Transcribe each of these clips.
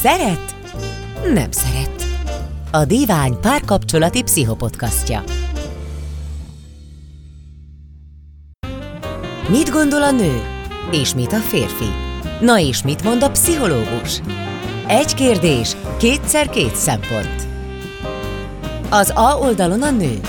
Szeret? Nem szeret. A Divány párkapcsolati pszichopodcastja. Mit gondol a nő? És mit a férfi? Na és mit mond a pszichológus? Egy kérdés, kétszer két szempont. Az A oldalon a nők.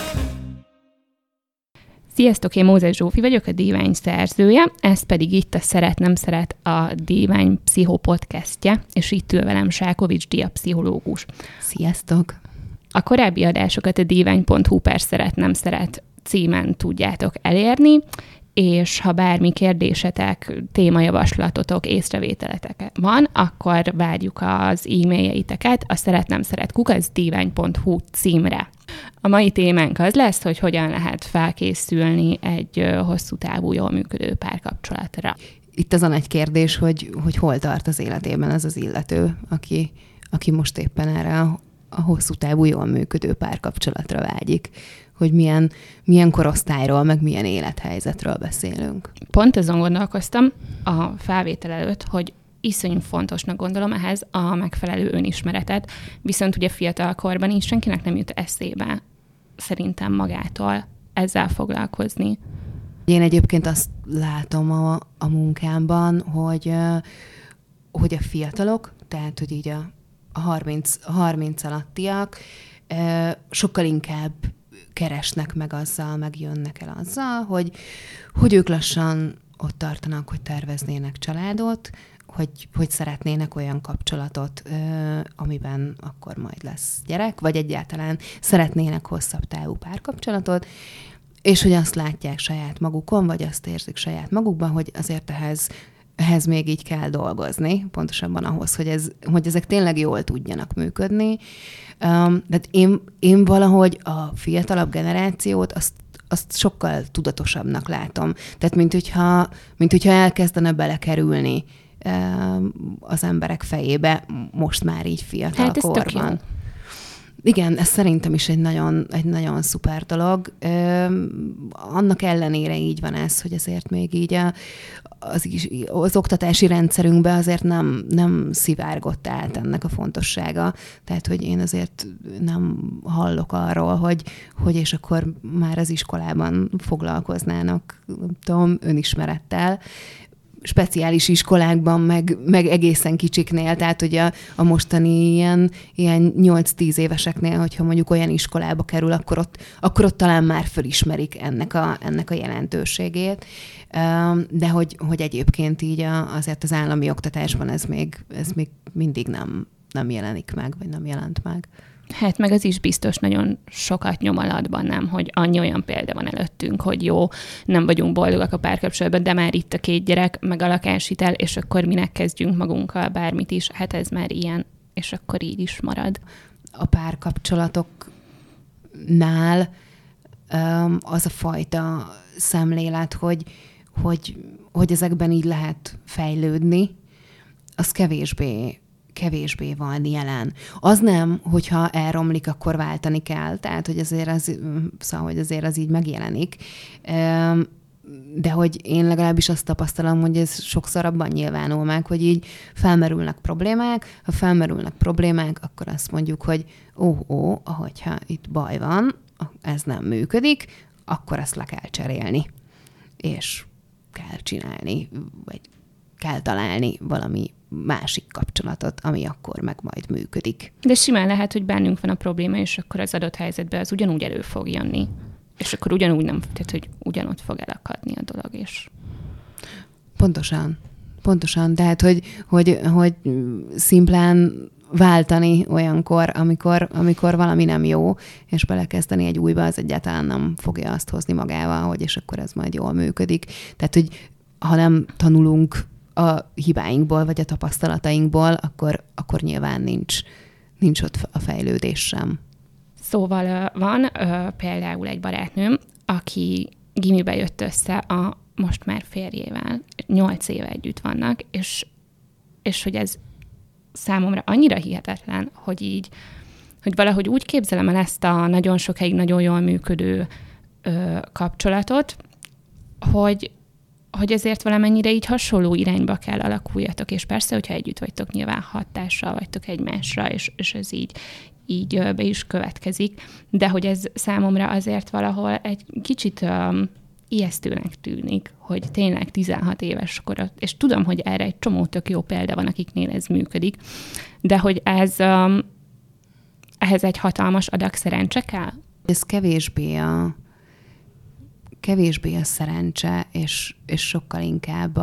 Sziasztok, én Mózes Zsófi vagyok, a Divány szerzője, ez pedig itt a Szeret, nem szeret, a Divány pszichopodcastje, és itt ül velem Sákovics Dia pszichológus. Sziasztok! A korábbi adásokat a divány.hu/szeret, nem szeret címen tudjátok elérni, és ha bármi kérdésetek, témajavaslatotok, észrevételetek van, akkor várjuk az e-mailjeiteket a szeretnemszeret@divány.hu címre. A mai témánk az lesz, hogy hogyan lehet felkészülni egy hosszú távú, jól működő párkapcsolatra. Itt az a nagy kérdés, hogy hol tart az életében az az illető, aki most éppen erre a hosszú távú, jól működő párkapcsolatra vágyik, hogy milyen korosztályról, meg milyen élethelyzetről beszélünk. Pont azon gondolkoztam a felvétel előtt, hogy iszonyú fontosnak gondolom ehhez a megfelelő önismeretet, viszont ugye fiatal korban így senkinek nem jut eszébe szerintem magától ezzel foglalkozni. Én egyébként azt látom a munkámban, hogy a fiatalok, tehát hogy így a 30 alattiak sokkal inkább keresnek meg azzal, meg jönnek el azzal, hogy ők lassan ott tartanak, hogy terveznének családot, hogy szeretnének olyan kapcsolatot, amiben akkor majd lesz gyerek, vagy egyáltalán szeretnének hosszabb távú párkapcsolatot, és hogy azt látják saját magukon, vagy azt érzik saját magukban, hogy azért ehhez még így kell dolgozni, pontosabban ahhoz, hogy ezek tényleg jól tudjanak működni. De én valahogy a fiatalabb generációt azt sokkal tudatosabbnak látom. Tehát mint hogyha elkezdene belekerülni az emberek fejébe most már így fiatal korban. Igen, ez szerintem is egy nagyon szuper dolog. Annak ellenére így van ez, hogy azért még így az oktatási rendszerünkbe azért nem szivárgott át ennek a fontossága. Tehát, hogy én azért nem hallok arról, hogy és akkor már az iskolában foglalkoznának, nem tudom, önismerettel, speciális iskolákban, meg egészen kicsiknél, tehát hogy a mostani ilyen 8-10 éveseknél, hogyha mondjuk olyan iskolába kerül, akkor ott talán már fölismerik ennek a jelentőségét. De hogy egyébként így azért az állami oktatásban ez még mindig nem jelenik meg, vagy nem jelent meg. Hát meg az is biztos nagyon sokat nyom alatban, nem, hogy annyi olyan példa van előttünk, hogy jó, nem vagyunk boldogak a párkapcsolatban, de már itt a 2 gyerek, meg a lakáshitel, és akkor minek kezdjünk magunkkal bármit is, hát ez már ilyen, és akkor így is marad. A párkapcsolatoknál az a fajta szemlélet, hogy ezekben így lehet fejlődni, az kevésbé van jelen. Az nem, hogyha elromlik, akkor váltani kell, tehát hogy azért az így megjelenik. De hogy én legalábbis azt tapasztalom, hogy ez sokszor abban nyilvánul meg, hogy így felmerülnek problémák. Ha felmerülnek problémák, akkor azt mondjuk, hogy ahogyha itt baj van, ez nem működik, akkor ezt le kell cserélni. És kell csinálni, vagy kell találni valami másik kapcsolatot, ami akkor meg majd működik. De simán lehet, hogy bennünk van a probléma, és akkor az adott helyzetben az ugyanúgy elő fog jönni. És akkor ugyanúgy nem, tehát hogy ugyanott fog elakadni a dolog is. Pontosan. Tehát, hogy szimplán váltani olyankor, amikor valami nem jó, és belekezdeni egy újba, az egyáltalán nem fogja azt hozni magával, hogy és akkor ez majd jól működik. Tehát, hogy ha nem tanulunk a hibáinkból, vagy a tapasztalatainkból, akkor nyilván nincs ott a fejlődés sem. Szóval van például egy barátnőm, aki gimibe jött össze a most már férjével. 8 éve együtt vannak, és hogy ez számomra annyira hihetetlen, hogy valahogy úgy képzelem el ezt a nagyon sokáig nagyon jól működő kapcsolatot, hogy hogy ezért valamennyire így hasonló irányba kell alakuljatok, és persze, hogyha együtt vagytok, nyilván hatással vagytok egymásra, és ez így be is következik, de hogy ez számomra azért valahol egy kicsit ijesztőnek tűnik, hogy tényleg 16 éves kor, és tudom, hogy erre egy csomó tök jó példa van, akiknél ez működik, de hogy ehhez egy hatalmas adag szerencse kell? Ez kevésbé a szerencse, és sokkal inkább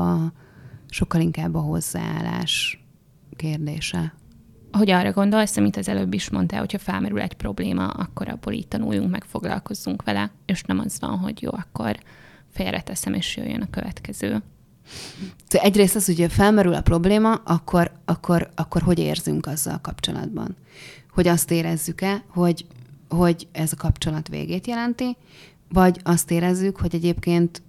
a hozzáállás kérdése. Hogy arra gondolsz, amit az előbb is mondtál, hogyha felmerül egy probléma, akkor abból így tanuljunk, meg foglalkozzunk vele, és nem az van, hogy jó, akkor félreteszem, és jöjjön a következő. Egyrészt az, hogy felmerül a probléma, akkor hogy érzünk azzal kapcsolatban? Hogy azt érezzük-e, hogy ez a kapcsolat végét jelenti, vagy azt érezzük, hogy egyébként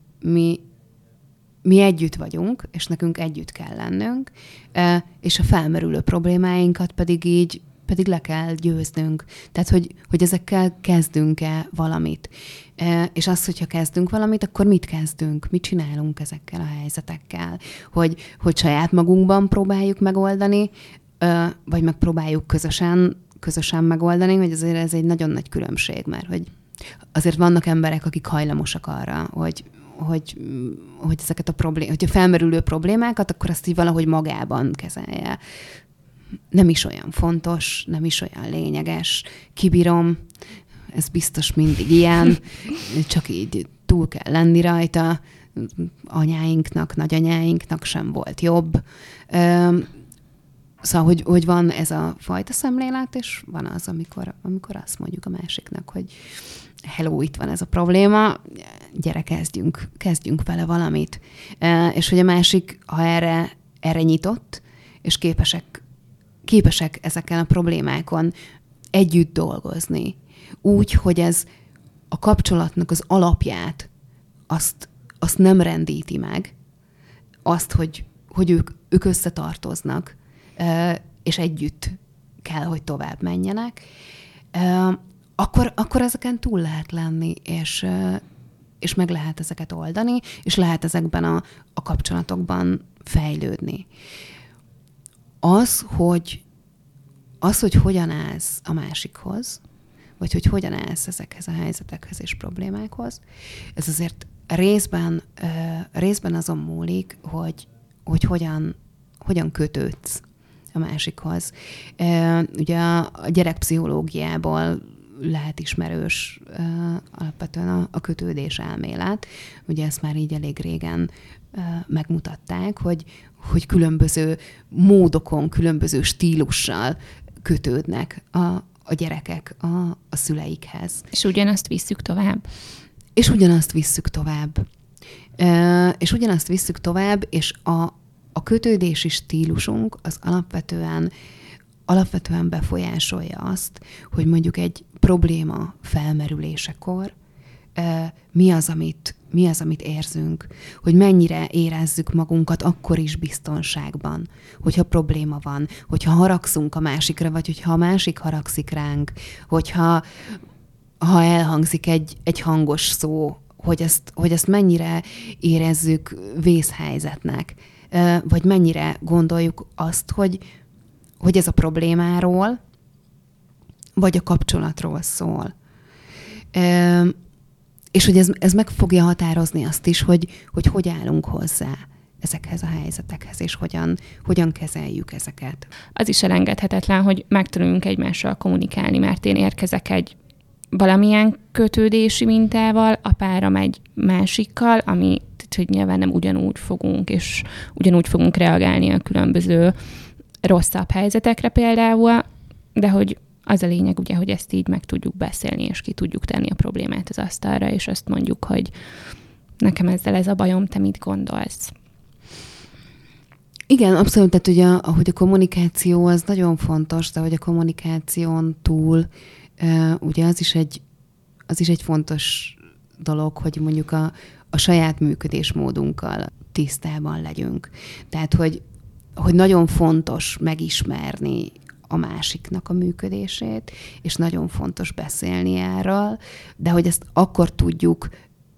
mi együtt vagyunk, és nekünk együtt kell lennünk, és a felmerülő problémáinkat pedig le kell győznünk. Tehát, hogy ezekkel kezdünk-e valamit. És az, hogyha kezdünk valamit, akkor mit kezdünk? Mit csinálunk ezekkel a helyzetekkel? Hogy saját magunkban próbáljuk megoldani, vagy megpróbáljuk közösen megoldani, hogy azért ez egy nagyon nagy különbség, mert hogy azért vannak emberek, akik hajlamosak arra, hogy ezeket hogyha felmerülő problémákat, akkor azt így valahogy magában kezelje. Nem is olyan fontos, nem is olyan lényeges, kibírom, ez biztos mindig ilyen, csak így túl kell lenni rajta, anyáinknak, nagyanyáinknak sem volt jobb. Szóval, hogy van ez a fajta szemlélet, és van az, amikor azt mondjuk a másiknak, hogy hello, itt van ez a probléma, gyere, kezdjünk vele valamit. És hogy a másik, ha erre nyitott, és képesek ezeken a problémákon együtt dolgozni, úgy, hogy ez a kapcsolatnak az alapját, azt nem rendíti meg, azt, hogy ők összetartoznak, és együtt kell, hogy tovább menjenek, akkor ezeken túl lehet lenni, és meg lehet ezeket oldani, és lehet ezekben a kapcsolatokban fejlődni. Az, hogy hogyan állsz a másikhoz, vagy hogy hogyan állsz ezekhez a helyzetekhez és problémákhoz, ez azért részben azon múlik, hogy hogyan kötődsz a másikhoz. Ugye a gyerekpszichológiából lehet ismerős alapvetően a kötődés elmélet. Ugye ezt már így elég régen megmutatták, hogy különböző módokon, különböző stílussal kötődnek a gyerekek a szüleikhez. És ugyanazt visszük tovább. És ugyanazt visszük tovább, és a kötődési stílusunk az alapvetően befolyásolja azt, hogy mondjuk egy probléma felmerülésekor mi az, amit érzünk, hogy mennyire érezzük magunkat akkor is biztonságban, hogyha probléma van, hogyha haragszunk a másikra, vagy hogyha a másik haragszik ránk, hogyha elhangzik egy hangos szó, hogy ezt mennyire érezzük vészhelyzetnek, vagy mennyire gondoljuk azt, hogy ez a problémáról, vagy a kapcsolatról szól. És hogy ez meg fogja határozni azt is, hogy állunk hozzá ezekhez a helyzetekhez, és hogyan kezeljük ezeket. Az is elengedhetetlen, hogy megtanuljunk egymással kommunikálni, mert én érkezek egy valamilyen kötődési mintával, a páram egy másikkal, ami hogy nyilván nem ugyanúgy fogunk reagálni a különböző rosszabb helyzetekre például, de hogy az a lényeg ugye, hogy ezt így meg tudjuk beszélni, és ki tudjuk tenni a problémát az asztalra, és azt mondjuk, hogy nekem ezzel ez a bajom, te mit gondolsz? Igen, abszolút, tehát ugye, ahogy a kommunikáció az nagyon fontos, de hogy a kommunikáción túl ugye az is egy fontos dolog, hogy mondjuk a saját működésmódunkkal tisztában legyünk. Tehát, hogy nagyon fontos megismerni a másiknak a működését, és nagyon fontos beszélni erről, de hogy ezt akkor tudjuk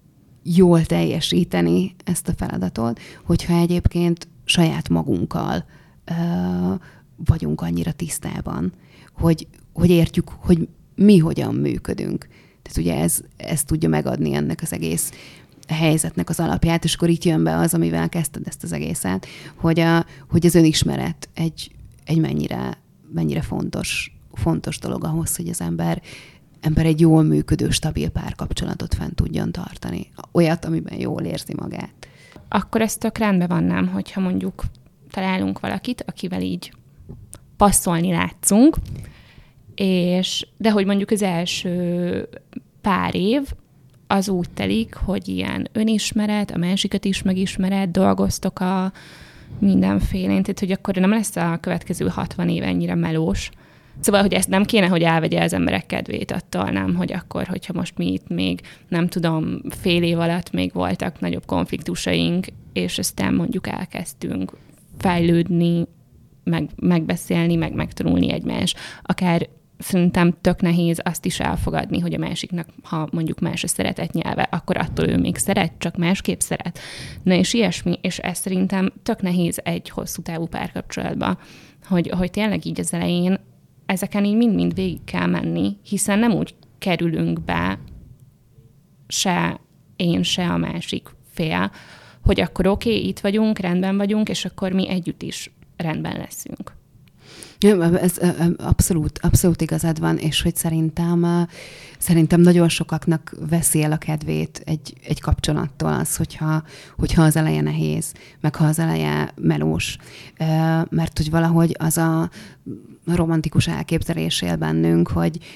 jól teljesíteni ezt a feladatot, hogyha egyébként saját magunkkal vagyunk annyira tisztában, hogy értjük, hogy mi hogyan működünk. Tehát ugye ez tudja megadni ennek az egész helyzetnek az alapját, és akkor itt jön be az, amivel kezdted ezt az egészet, hogy az önismeret egy mennyire fontos dolog ahhoz, hogy az ember egy jól működő, stabil párkapcsolatot fent tudjon tartani. Olyat, amiben jól érzi magát. Akkor ez tök rendben van, nem, hogyha mondjuk találunk valakit, akivel így passzolni látszunk, de hogy mondjuk az első pár év az úgy telik, hogy ilyen önismeret, a másikat is megismered, dolgoztok a mindenfélén, tehát hogy akkor nem lesz a következő 60 év ennyire melós. Szóval, hogy ezt nem kéne, hogy elvegye az emberek kedvét attól, nem, hogy akkor, hogyha most mi itt még, nem tudom, fél év alatt még voltak nagyobb konfliktusaink, és aztán mondjuk elkezdtünk fejlődni, megbeszélni, megtanulni egymást. Akár szerintem tök nehéz azt is elfogadni, hogy a másiknak, ha mondjuk más a szeretetnyelve, akkor attól ő még szeret, csak másképp szeret. Na és ilyesmi, és ez szerintem tök nehéz egy hosszú távú párkapcsolatban, hogy tényleg így az elején ezeken így mind-mind végig kell menni, hiszen nem úgy kerülünk be se én, se a másik fél, hogy akkor oké, itt vagyunk, rendben vagyunk, és akkor mi együtt is rendben leszünk. Ez abszolút igazad van, és hogy szerintem nagyon sokaknak veszi el a kedvét egy kapcsolattól az, hogyha az eleje nehéz, meg ha az eleje melós. Mert hogy valahogy az a romantikus elképzelés él bennünk,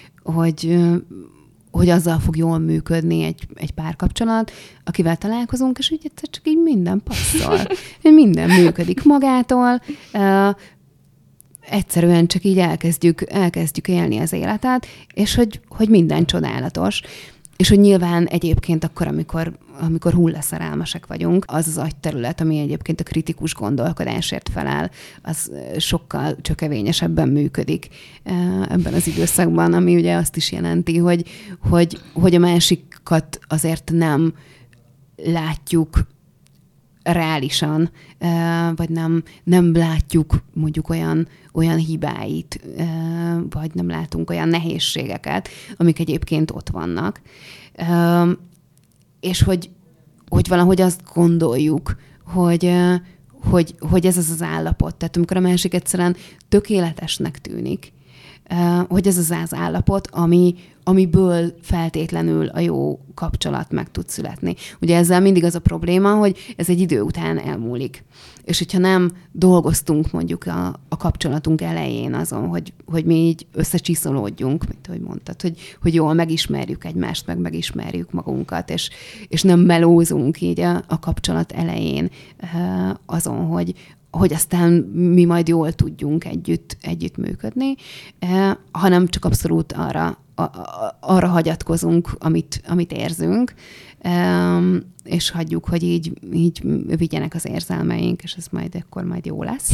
hogy azzal fog jól működni egy párkapcsolat, akivel találkozunk, és úgy egyszer csak így minden passzol. Minden működik magától, egyszerűen csak így elkezdjük élni az életet, és hogy minden csodálatos. És hogy nyilván egyébként akkor, amikor hullaszerelmesek vagyunk, az az agyterület, ami egyébként a kritikus gondolkodásért felel, az sokkal csökevényesebben működik ebben az időszakban, ami ugye azt is jelenti, hogy a másikat azért nem látjuk reálisan, vagy nem látjuk mondjuk olyan hibáit, vagy nem látunk olyan nehézségeket, amik egyébként ott vannak. És hogy valahogy azt gondoljuk, hogy ez az állapot. Tehát amikor a másik egyszerűen tökéletesnek tűnik, hogy ez az állapot, amiből feltétlenül a jó kapcsolat meg tud születni. Ugye ezzel mindig az a probléma, hogy ez egy idő után elmúlik. És hogyha nem dolgoztunk mondjuk a kapcsolatunk elején azon, hogy mi így összecsiszolódjunk, mint ahogy mondtad, hogy jól megismerjük egymást, megismerjük magunkat, és nem melózunk így a kapcsolat elején azon, hogy aztán mi majd jól tudjunk együtt működni, hanem csak abszolút arra hagyatkozunk, amit érzünk, és hagyjuk, hogy így vigyenek az érzelmeink, és ez akkor majd jó lesz.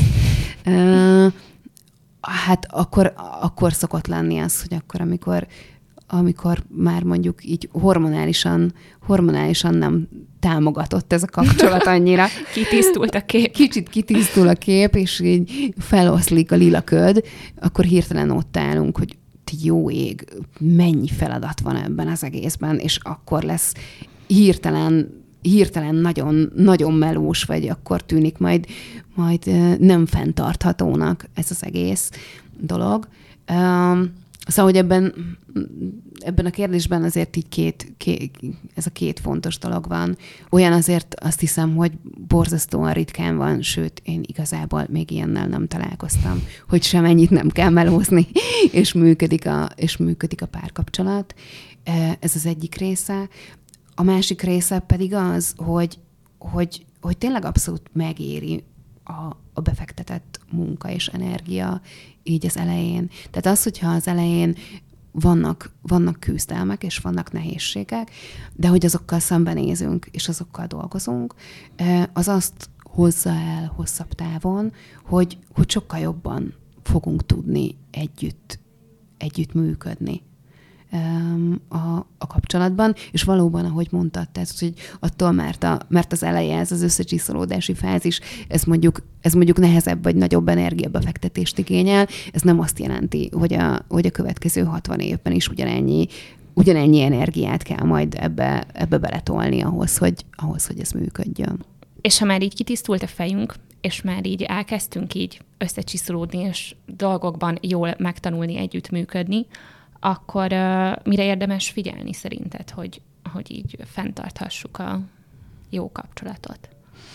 Hát akkor szokott lenni az, hogy akkor, amikor már mondjuk így hormonálisan nem támogatott ez a kapcsolat annyira. Kitisztult a kép. Kicsit kitisztul a kép, és így feloszlik a lila köd, akkor hirtelen ott állunk, hogy jó ég, mennyi feladat van ebben az egészben, és akkor lesz hirtelen nagyon, nagyon melós, vagy akkor tűnik majd nem fenntarthatónak ez az egész dolog. Szóval, hogy ebben a kérdésben azért így ez a két fontos dolog van. Olyan azért azt hiszem, hogy borzasztóan ritkán van, sőt, én igazából még ilyennel nem találkoztam, hogy semennyit nem kell melózni, és működik a párkapcsolat. Ez az egyik része. A másik része pedig az, hogy tényleg abszolút megéri a befektetett munka és energia így az elején. Tehát az, hogyha az elején vannak küzdelmek, és vannak nehézségek, de hogy azokkal szembenézünk, és azokkal dolgozunk, az azt hozza el hosszabb távon, hogy sokkal jobban fogunk tudni együtt működni. a kapcsolatban, és valóban, ahogy mondtad, tehát, hogy attól, mert az eleje, ez az összecsiszolódási fázis, ez mondjuk nehezebb vagy nagyobb energiabefektetést igényel, ez nem azt jelenti, hogy a következő 60 évben is ugyanennyi energiát kell majd ebbe beletolni ahhoz, hogy ez működjön. És ha már így kitisztult a fejünk, és már így elkezdtünk így összecsiszolódni, és dolgokban jól megtanulni együttműködni, akkor mire érdemes figyelni szerinted, hogy így fenntarthassuk a jó kapcsolatot?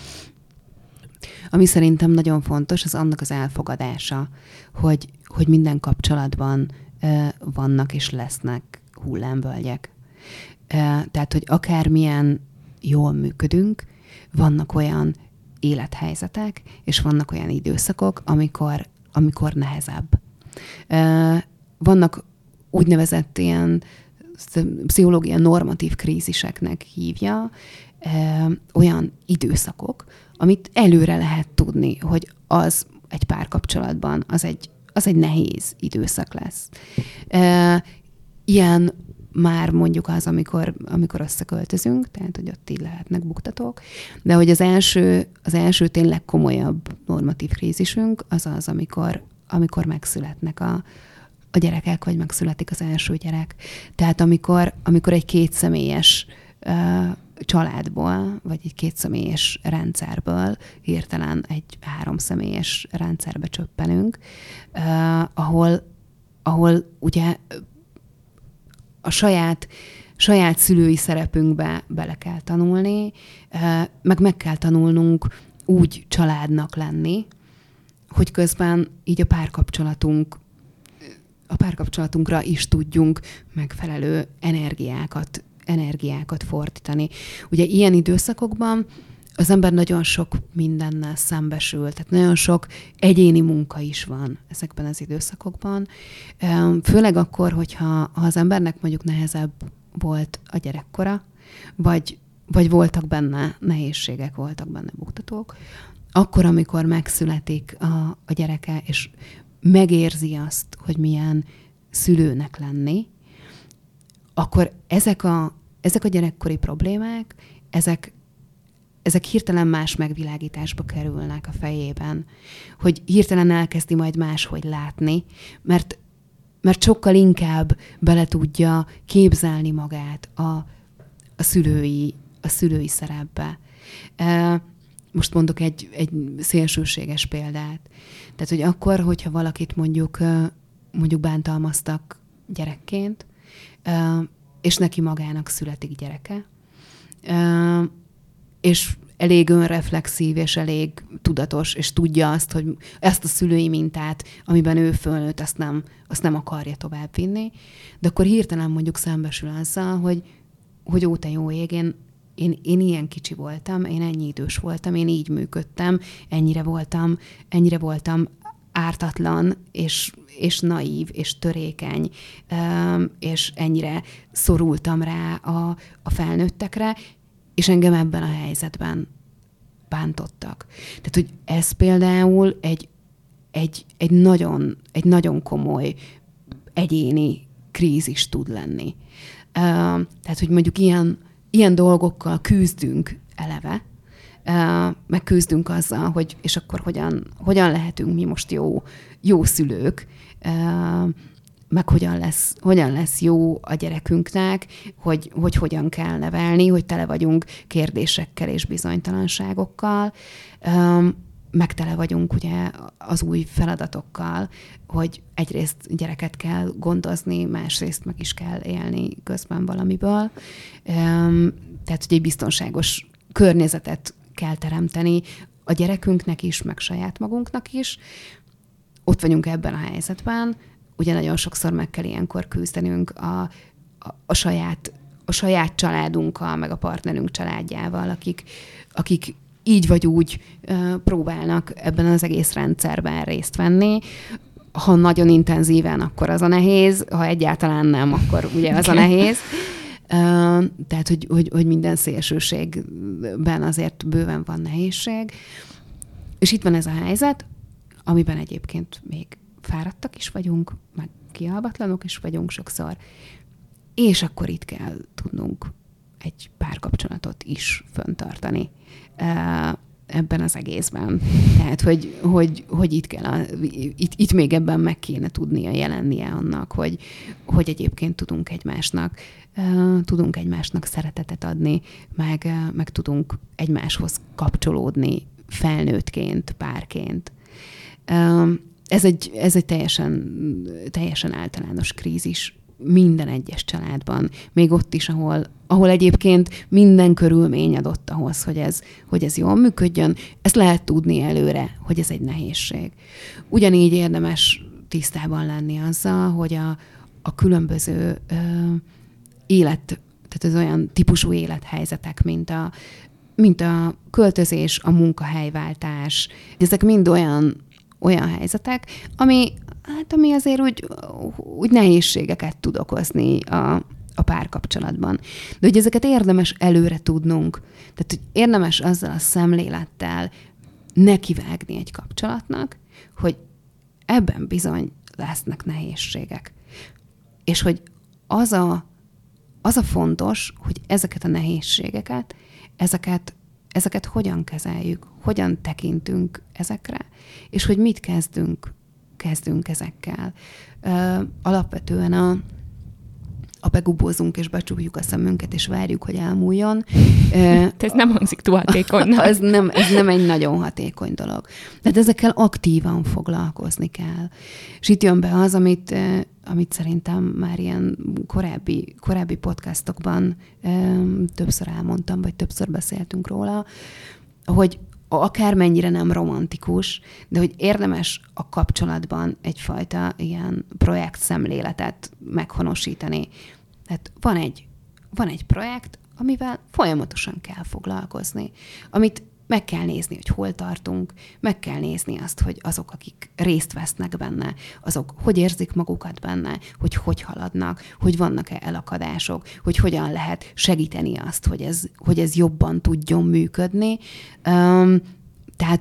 Ami szerintem nagyon fontos, az annak az elfogadása, hogy minden kapcsolatban vannak és lesznek hullámvölgyek. Tehát, hogy akármilyen jól működünk, vannak olyan élethelyzetek, és vannak olyan időszakok, amikor nehezebb. Vannak úgynevezett ilyen pszichológia normatív kríziseknek hívja, olyan időszakok, amit előre lehet tudni, hogy az egy párkapcsolatban, az egy nehéz időszak lesz. Ilyen már mondjuk az, amikor összeköltözünk, tehát, hogy ott így lehetnek buktatók, de hogy az első tényleg komolyabb normatív krízisünk az, amikor megszületnek a gyerekek, vagy megszületik az első gyerek. Tehát amikor egy kétszemélyes családból, vagy egy kétszemélyes rendszerből hirtelen egy 3 személyes rendszerbe csöppenünk, ahol ugye a saját szülői szerepünkbe bele kell tanulni, meg kell tanulnunk úgy családnak lenni, hogy közben így a párkapcsolatunkra is tudjunk megfelelő energiákat fordítani. Ugye ilyen időszakokban az ember nagyon sok mindennel szembesül, tehát nagyon sok egyéni munka is van ezekben az időszakokban. Főleg akkor, hogyha az embernek mondjuk nehezebb volt a gyerekkora, vagy voltak benne nehézségek, voltak benne buktatók, akkor, amikor megszületik a gyereke, és megérzi azt, hogy milyen szülőnek lenni, akkor ezek a gyerekkori problémák, ezek hirtelen más megvilágításba kerülnek a fejében, hogy hirtelen elkezdi majd máshogy látni, mert sokkal inkább bele tudja képzelni magát a szülői szerepbe. Most mondok egy szélsőséges példát. Tehát, hogy akkor, hogyha valakit mondjuk bántalmaztak gyerekként, és neki magának születik gyereke, és elég önreflexív, és elég tudatos, és tudja azt, hogy ezt a szülői mintát, amiben ő fölnőtt, azt nem akarja továbbvinni, de akkor hirtelen mondjuk szembesül azzal, hogy ó, te jó ég, én ilyen kicsi voltam, én ennyi idős voltam, én így működtem, ennyire voltam ártatlan, és naív, és törékeny, és ennyire szorultam rá a felnőttekre, és engem ebben a helyzetben bántottak. Tehát, hogy ez például egy nagyon komoly egyéni krízis tud lenni. Tehát, hogy mondjuk ilyen dolgokkal küzdünk eleve, meg küzdünk azzal, hogy és akkor hogyan lehetünk mi most jó szülők, meg hogyan lesz jó a gyerekünknek, hogy hogyan kell nevelni, hogy tele vagyunk kérdésekkel és bizonytalanságokkal, meg tele vagyunk ugye az új feladatokkal, hogy egyrészt gyereket kell gondozni, másrészt meg is kell élni közben valamiből. Tehát, hogy egy biztonságos környezetet kell teremteni a gyerekünknek is, meg saját magunknak is. Ott vagyunk ebben a helyzetben, ugye nagyon sokszor meg kell ilyenkor küzdenünk a saját családunkkal, meg a partnerünk családjával, akik így vagy úgy próbálnak ebben az egész rendszerben részt venni. Ha nagyon intenzíven, akkor az a nehéz, ha egyáltalán nem, akkor ugye az a nehéz. Tehát, hogy minden szélsőségben azért bőven van nehézség. És itt van ez a helyzet, amiben egyébként még fáradtak is vagyunk, meg kialvatlanok is vagyunk sokszor, és akkor itt kell tudnunk egy párkapcsolatot is föntartani ebben az egészben. Tehát, hogy itt kell itt még ebben meg kéne tudnia jelennie annak, hogy egyébként tudunk egymásnak szeretetet adni, meg tudunk egymáshoz kapcsolódni felnőttként, párként. Ez egy teljesen általános krízis minden egyes családban, még ott is, ahol egyébként minden körülmény adott ahhoz, hogy ez jól működjön, ezt lehet tudni előre, hogy ez egy nehézség. Ugyanígy érdemes tisztában lenni azzal, hogy a különböző tehát az olyan típusú élethelyzetek, mint a költözés, a munkahelyváltás, ezek mind olyan helyzetek, ami azért úgy nehézségeket tud okozni a párkapcsolatban. De hogy ezeket érdemes előre tudnunk. Tehát, hogy érdemes azzal a szemlélettel nekivágni egy kapcsolatnak, hogy ebben bizony lesznek nehézségek. És hogy az a fontos, hogy ezeket a nehézségeket, ezeket hogyan kezeljük, hogyan tekintünk ezekre, és hogy mit kezdünk ezekkel. Alapvetően a begubózunk és becsukjuk a szemünket, és várjuk, hogy elmúljon. Ez nem hangzik túl hatékonynak. Ez nem egy nagyon hatékony dolog. Tehát ezekkel aktívan foglalkozni kell. És itt jön be az, amit szerintem már ilyen korábbi podcastokban többször elmondtam, vagy többször beszéltünk róla, hogy akármennyire nem romantikus, de hogy érdemes a kapcsolatban egyfajta ilyen projektszemléletet meghonosítani. Tehát van egy projekt, amivel folyamatosan kell foglalkozni, amit meg kell nézni, hogy hol tartunk, meg kell nézni azt, hogy azok, akik részt vesznek benne, azok hogy érzik magukat benne, hogy haladnak, hogy vannak-e elakadások, hogy hogyan lehet segíteni azt, hogy ez jobban tudjon működni. Tehát,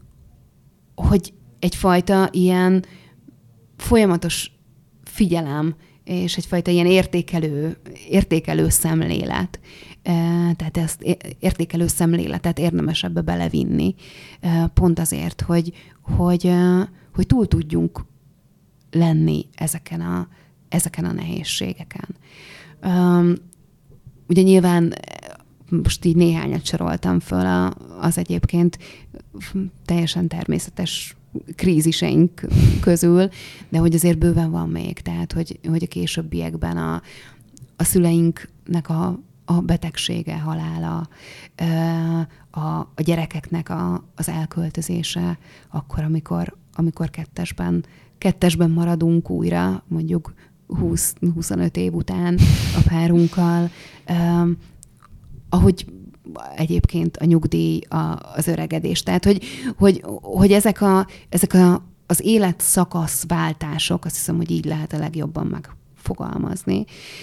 hogy egyfajta ilyen folyamatos figyelem, és egyfajta ilyen értékelő szemlélet. Tehát ezt értékelő szemléletet érdemes ebbe belevinni, pont azért, hogy túl tudjunk lenni ezeken a nehézségeken. Ugye nyilván most így néhányat soroltam föl az egyébként teljesen természetes kríziseink közül, de hogy azért bőven van még, tehát hogy a későbbiekben a szüleinknek a betegsége, halála, a gyerekeknek az elköltözése, akkor, amikor kettesben maradunk újra, mondjuk 20-25 év után a párunkkal, ahogy egyébként a nyugdíj, az öregedés. Tehát, hogy ezek az életszakaszváltások, azt hiszem, hogy így lehet a legjobban megfogalmazni,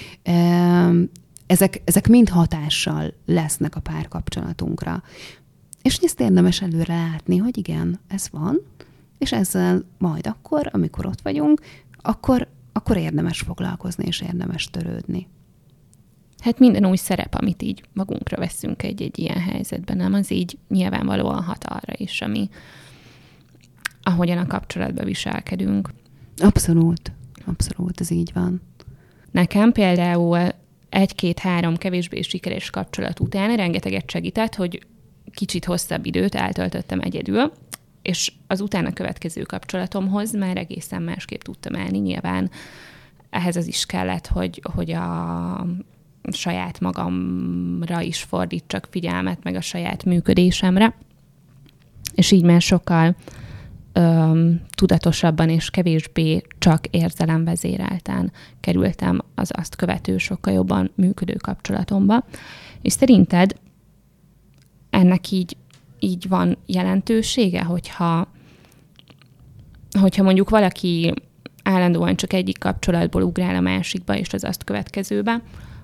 ezek mind hatással lesznek a párkapcsolatunkra. És ezt érdemes előre látni, hogy igen, ez van, és ezzel majd akkor, amikor ott vagyunk, akkor érdemes foglalkozni, és érdemes törődni. Hát minden új szerep, amit így magunkra veszünk egy ilyen helyzetben, nem? Az így nyilvánvalóan hat arra is, ahogyan a kapcsolatban viselkedünk. Abszolút, ez így van. Nekem például 1-2-3 kevésbé sikeres kapcsolat után rengeteget segített, hogy kicsit hosszabb időt eltöltöttem egyedül, és az utána következő kapcsolatomhoz már egészen másképp tudtam állni. Nyilván ehhez az is kellett, hogy a saját magamra is fordítsak figyelmet, meg a saját működésemre, és így már sokkal tudatosabban és kevésbé csak érzelemvezérelten kerültem az azt követő sokkal jobban működő kapcsolatomba. És szerinted ennek így van jelentősége, hogyha mondjuk valaki állandóan csak egyik kapcsolatból ugrál a másikba, és az azt következőbe,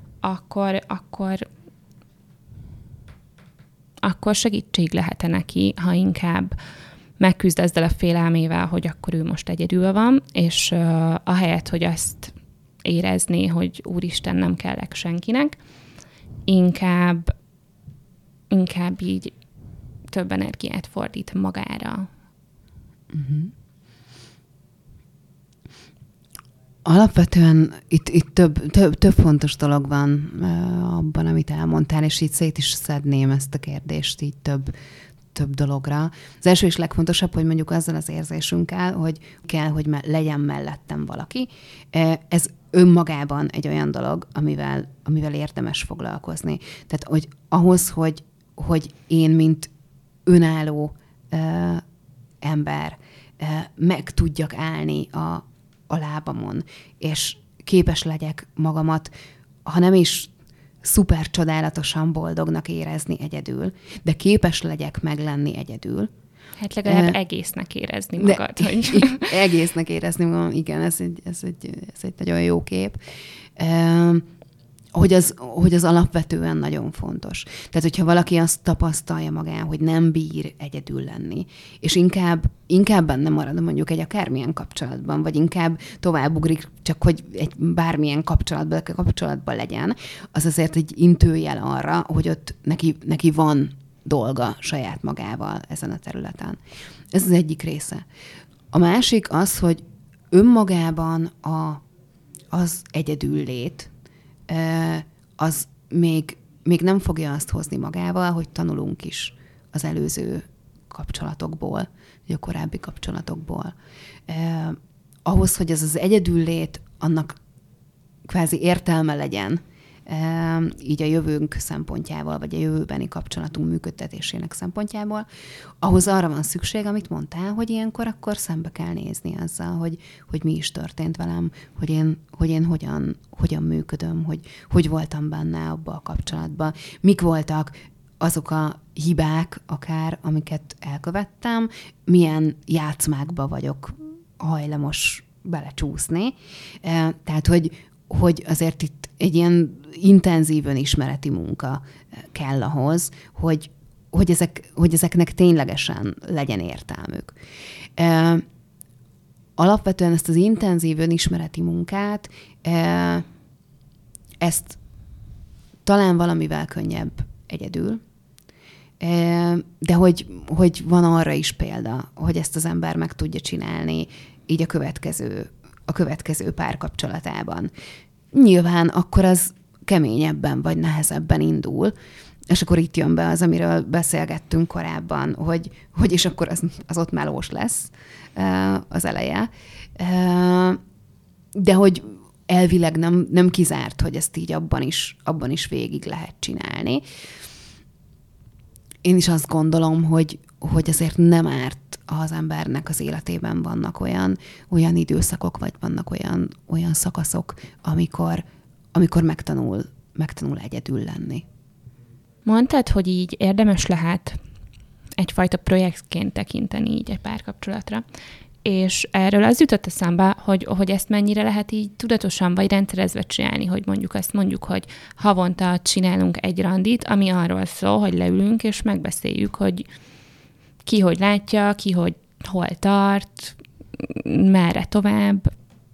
akkor segítség lehet-e neki, ha inkább megküzd ezzel a félelmével, hogy akkor ő most egyedül van, és ahelyett, hogy azt érezni, hogy úristen, nem kellek senkinek. Inkább így több energiát fordít magára. Uh-huh. Alapvetően itt több fontos dolog van abban, amit elmondtál, és így szét is szedném ezt a kérdést így több dologra. Az első és legfontosabb, hogy mondjuk azzal az érzésünkkel, hogy legyen mellettem valaki. Ez önmagában egy olyan dolog, amivel érdemes foglalkozni. Tehát, hogy ahhoz, hogy én, mint önálló ember meg tudjak állni a lábamon, és képes legyek magamat, ha nem is szuper csodálatosan boldognak érezni egyedül, de képes legyek meglenni egyedül. Hát legalább egésznek érezni magad. Egésznek érezni magam, igen, ez egy nagyon jó kép. Hogy az alapvetően nagyon fontos. Tehát, hogyha valaki azt tapasztalja magán, hogy nem bír egyedül lenni, és inkább benne marad mondjuk egy akármilyen kapcsolatban, vagy inkább tovább ugrik, csak hogy egy bármilyen kapcsolatban legyen, az azért egy intőjel arra, hogy ott neki van dolga saját magával ezen a területen. Ez az egyik része. A másik az, hogy önmagában az egyedüllét, az még nem fogja azt hozni magával, hogy tanulunk is az előző kapcsolatokból, vagy a korábbi kapcsolatokból. Ahhoz, hogy ez az egyedüllét, annak kvázi értelme legyen, így a jövőnk szempontjából, vagy a jövőbeni kapcsolatunk működtetésének szempontjából, ahhoz arra van szükség, amit mondtál, hogy ilyenkor akkor szembe kell nézni azzal, hogy mi is történt velem, hogy én hogyan működöm, hogy voltam benne abba a kapcsolatban, mik voltak azok a hibák akár, amiket elkövettem, milyen játszmákba vagyok hajlamos belecsúszni. Tehát, hogy azért itt egy ilyen intenzív önismereti munka kell ahhoz, hogy ezeknek ténylegesen legyen értelmük. Alapvetően ezt az intenzív önismereti munkát, ezt talán valamivel könnyebb egyedül, de hogy van arra is példa, hogy ezt az ember meg tudja csinálni így a következő párkapcsolatában. Nyilván akkor az keményebben vagy nehezebben indul, és akkor itt jön be az, amiről beszélgettünk korábban, hogy és akkor az ott melós lesz az eleje. De hogy elvileg nem kizárt, hogy ezt így abban is végig lehet csinálni. Én is azt gondolom, hogy azért nem árt, ha az embernek az életében vannak olyan időszakok, vagy vannak olyan szakaszok, amikor megtanul egyedül lenni. Mondtad, hogy így érdemes lehet egyfajta projektként tekinteni így egy párkapcsolatra, és erről az jutott eszembe, hogy ezt mennyire lehet így tudatosan vagy rendszerezve csinálni, hogy mondjuk, hogy havonta csinálunk egy randit, ami arról szól, hogy leülünk és megbeszéljük, hogy ki hogy látja, ki hogy hol tart, merre tovább.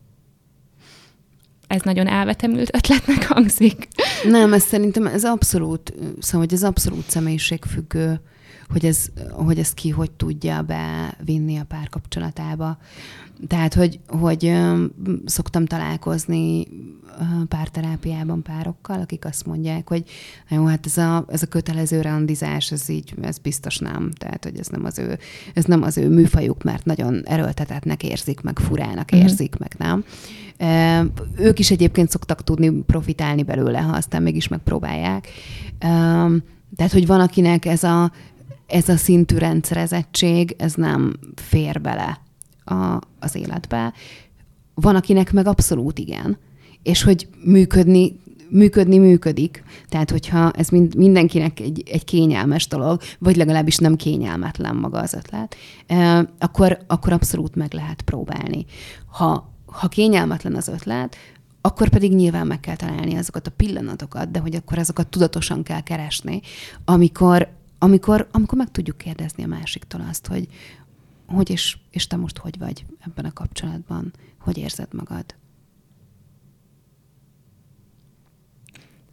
Ez nagyon elvetemült ötletnek hangzik. Nem, ez szerintem ez abszolút személyiségfüggő, hogy ez ki hogy tudja bevinni a párkapcsolatába. Tehát, hogy szoktam találkozni párterápiában párokkal, akik azt mondják, hogy jó, hát ez a kötelező randizás, ez biztos nem. Tehát, hogy ez nem az ő műfajuk, mert nagyon erőltetetnek érzik, meg furának érzik, meg nem. Ők is egyébként szoktak tudni profitálni belőle, ha aztán mégis megpróbálják. Tehát, hogy van, akinek ez a szintű rendszerezettség, ez nem fér bele az életbe. Van, akinek meg abszolút igen. És hogy működik. Tehát, hogyha ez mindenkinek egy kényelmes dolog, vagy legalábbis nem kényelmetlen maga az ötlet, akkor abszolút meg lehet próbálni. Ha kényelmetlen az ötlet, akkor pedig nyilván meg kell találni azokat a pillanatokat, de hogy akkor azokat tudatosan kell keresni, amikor meg tudjuk kérdezni a másiktól azt, hogy és te most hogy vagy ebben a kapcsolatban, hogy érzed magad.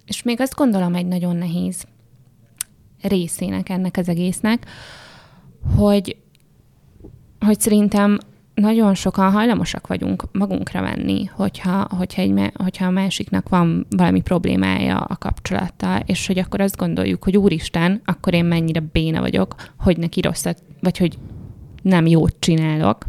És még azt gondolom egy nagyon nehéz részének ennek az egésznek, hogy szerintem nagyon sokan hajlamosak vagyunk magunkra venni, hogyha a másiknak van valami problémája a kapcsolattal, és hogy akkor azt gondoljuk, hogy úristen, akkor én mennyire béna vagyok, hogy neki rosszat, vagy hogy nem jót csinálok.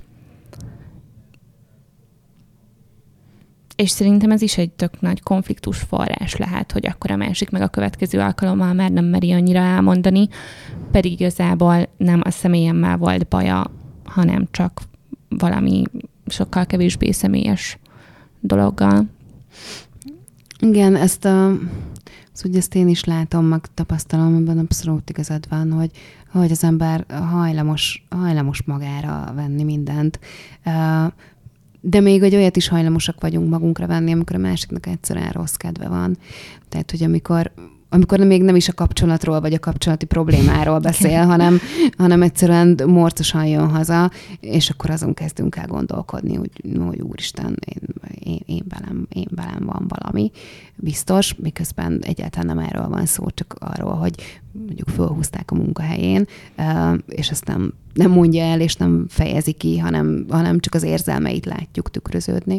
És szerintem ez is egy tök nagy konfliktus forrás lehet, hogy akkor a másik meg a következő alkalommal már nem meri annyira elmondani, pedig igazából nem a személyemmel volt baja, hanem csak valami sokkal kevésbé személyes dologgal. Igen, ezt én is látom, meg tapasztalom, abban abszolút igazad van, hogy az ember hajlamos magára venni mindent. De még hogy olyat is hajlamosak vagyunk magunkra venni, amikor a másiknak egyszerűen rossz kedve van. Tehát, hogy amikor még nem is a kapcsolatról, vagy a kapcsolati problémáról beszél, hanem egyszerűen morcosan jön haza, és akkor azon kezdünk el gondolkodni, hogy úristen, én velem van valami biztos, miközben egyáltalán nem erről van szó, csak arról, hogy mondjuk fölhúzták a munkahelyén, és azt nem mondja el, és nem fejezi ki, hanem csak az érzelmeit látjuk tükröződni.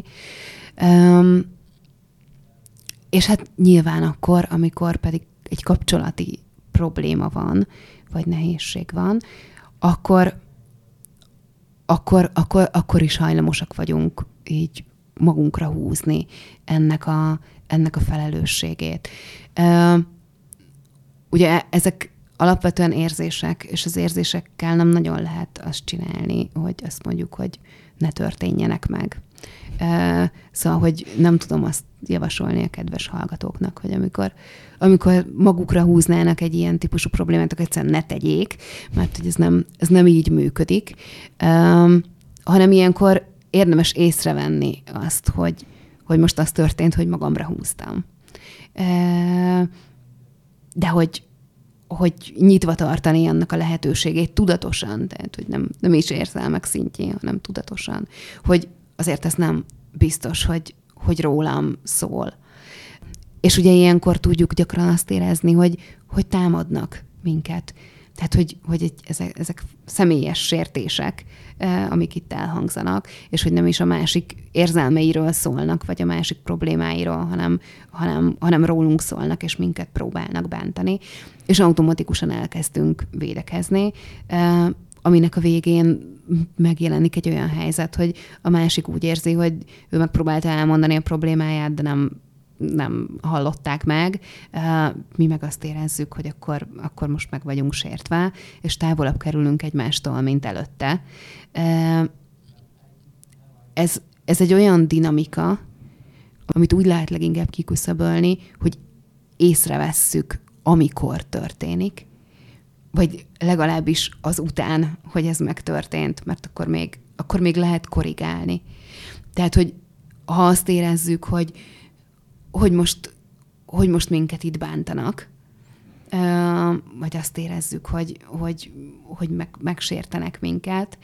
És hát nyilván akkor, amikor pedig egy kapcsolati probléma van, vagy nehézség van, akkor is hajlamosak vagyunk így magunkra húzni ennek a felelősségét. Ugye ezek alapvetően érzések, és az érzésekkel nem nagyon lehet azt csinálni, hogy azt mondjuk, hogy ne történjenek meg. Szóval, hogy nem tudom azt javasolni a kedves hallgatóknak, hogy amikor magukra húznának egy ilyen típusú problémát, akkor egyszerűen ne tegyék, mert hogy ez nem így működik, hanem ilyenkor érdemes észrevenni azt, hogy most az történt, hogy magamra húztam. De hogy nyitva tartani annak a lehetőségét tudatosan, tehát hogy nem is érzelmek szintjén, hanem tudatosan, hogy azért ez nem biztos, hogy rólam szól. És ugye ilyenkor tudjuk gyakran azt érezni, hogy támadnak minket. Tehát, hogy ezek személyes sértések, amik itt elhangzanak, és hogy nem is a másik érzelmeiről szólnak, vagy a másik problémáiról, hanem rólunk szólnak, és minket próbálnak bántani. És automatikusan elkezdünk védekezni, aminek a végén megjelenik egy olyan helyzet, hogy a másik úgy érzi, hogy ő megpróbálta elmondani a problémáját, de nem hallották meg. Mi meg azt érezzük, hogy akkor most meg vagyunk sértve, és távolabb kerülünk egymástól, mint előtte. Ez egy olyan dinamika, amit úgy lehet leginkább kiküszöbölni, hogy észrevesszük, amikor történik, vagy legalábbis az után, hogy ez megtörtént, mert akkor még lehet korrigálni. Tehát, hogy ha azt érezzük, hogy most minket itt bántanak, vagy azt érezzük, hogy megsértenek minket,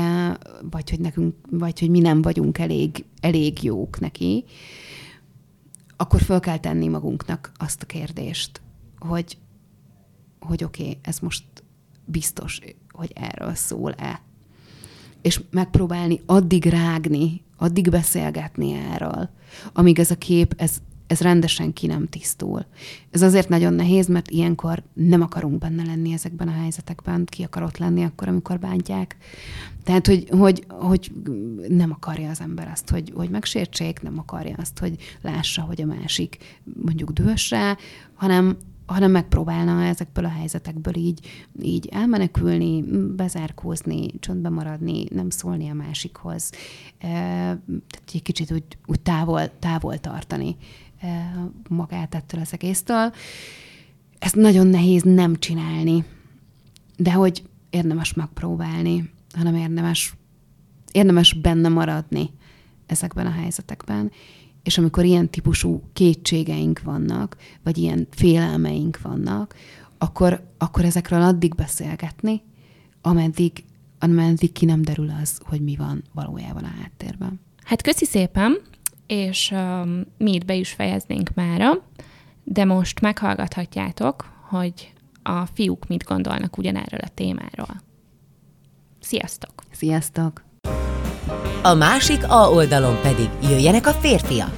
vagy hogy mi nem vagyunk elég jók neki, akkor föl kell tenni magunknak azt a kérdést, hogy oké, ez most biztos, hogy erről szól-e. És megpróbálni addig rágni, addig beszélgetni erről, amíg ez a kép, ez rendesen ki nem tisztul. Ez azért nagyon nehéz, mert ilyenkor nem akarunk benne lenni ezekben a helyzetekben, ki akar ott lenni akkor, amikor bántják. Tehát, hogy nem akarja az ember azt, hogy megsértsék, nem akarja azt, hogy lássa, hogy a másik mondjuk dühös rá, hanem megpróbálna ezekből a helyzetekből így elmenekülni, bezárkózni, csöndbe maradni, nem szólni a másikhoz. Tehát egy kicsit úgy távol tartani magát ettől az egésztől. Ezt nagyon nehéz nem csinálni, de hogy érdemes megpróbálni, hanem érdemes benne maradni ezekben a helyzetekben. És amikor ilyen típusú kétségeink vannak, vagy ilyen félelmeink vannak, akkor ezekről addig beszélgetni, ameddig ki nem derül az, hogy mi van valójában a háttérben. Hát köszi szépen, és mi itt be is fejeznénk mára, de most meghallgathatjátok, hogy a fiúk mit gondolnak ugyanerről a témáról. Sziasztok! Sziasztok! A másik A oldalon pedig jöjjenek a férfiak.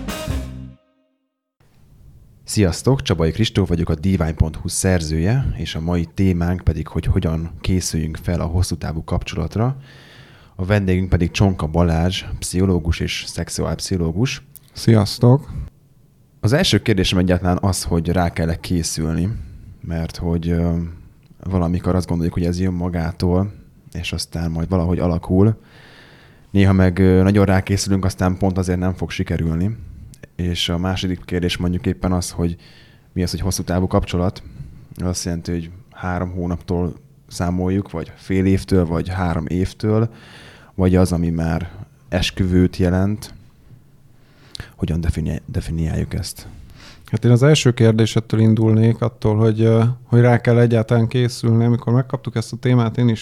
Sziasztok, Csabai Kristóf vagyok, a Divine.hu szerzője, és a mai témánk pedig, hogy hogyan készüljünk fel a hosszú távú kapcsolatra. A vendégünk pedig Csonka Balázs, pszichológus és szexuálpszichológus. Sziasztok! Az első kérdésem egyáltalán az, hogy rá kell készülni, mert hogy valamikor azt gondoljuk, hogy ez jön magától, és aztán majd valahogy alakul. Néha meg nagyon rákészülünk, aztán pont azért nem fog sikerülni. És a második kérdés mondjuk éppen az, hogy mi az, hogy hosszú távú kapcsolat. Azt jelenti, hogy 3 hónaptól számoljuk, vagy fél évtől, vagy 3 évtől, vagy az, ami már esküvőt jelent. Hogyan definiáljuk ezt? Hát én az első kérdésettől indulnék, attól, hogy rá kell egyáltalán készülni. Amikor megkaptuk ezt a témát, én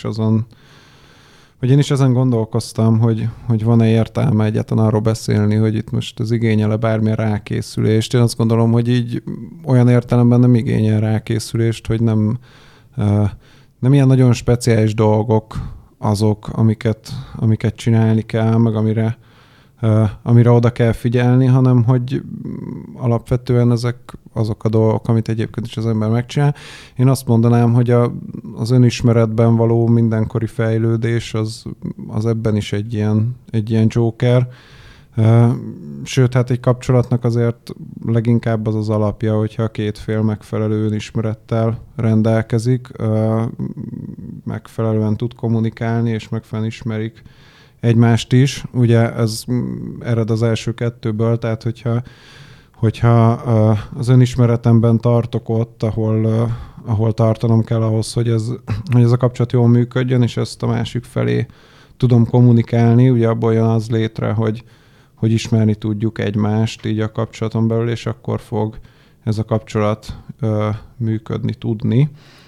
is ezen gondolkoztam, hogy van-e értelme egyáltalán arról beszélni, hogy itt most az igényel-e bármilyen rákészülést. Én azt gondolom, hogy így olyan értelemben nem igényel rákészülést, hogy nem ilyen nagyon speciális dolgok azok, amiket csinálni kell, meg amire oda kell figyelni, hanem hogy alapvetően ezek azok a dolgok, amit egyébként is az ember megcsinál. Én azt mondanám, hogy az önismeretben való mindenkori fejlődés az ebben is egy ilyen joker. Sőt, hát egy kapcsolatnak azért leginkább az alapja, hogyha a két fél megfelelő önismerettel rendelkezik, megfelelően tud kommunikálni, és megfelelően ismerik egymást is. Ugye ez ered az első 2-ből, tehát hogyha az önismeretemben tartok ott, ahol tartanom kell ahhoz, hogy ez a kapcsolat jól működjön, és ezt a másik felé tudom kommunikálni, ugye abból jön az létre, hogy ismerni tudjuk egymást így a kapcsolaton belül, és akkor fog ez a kapcsolat működni tudni.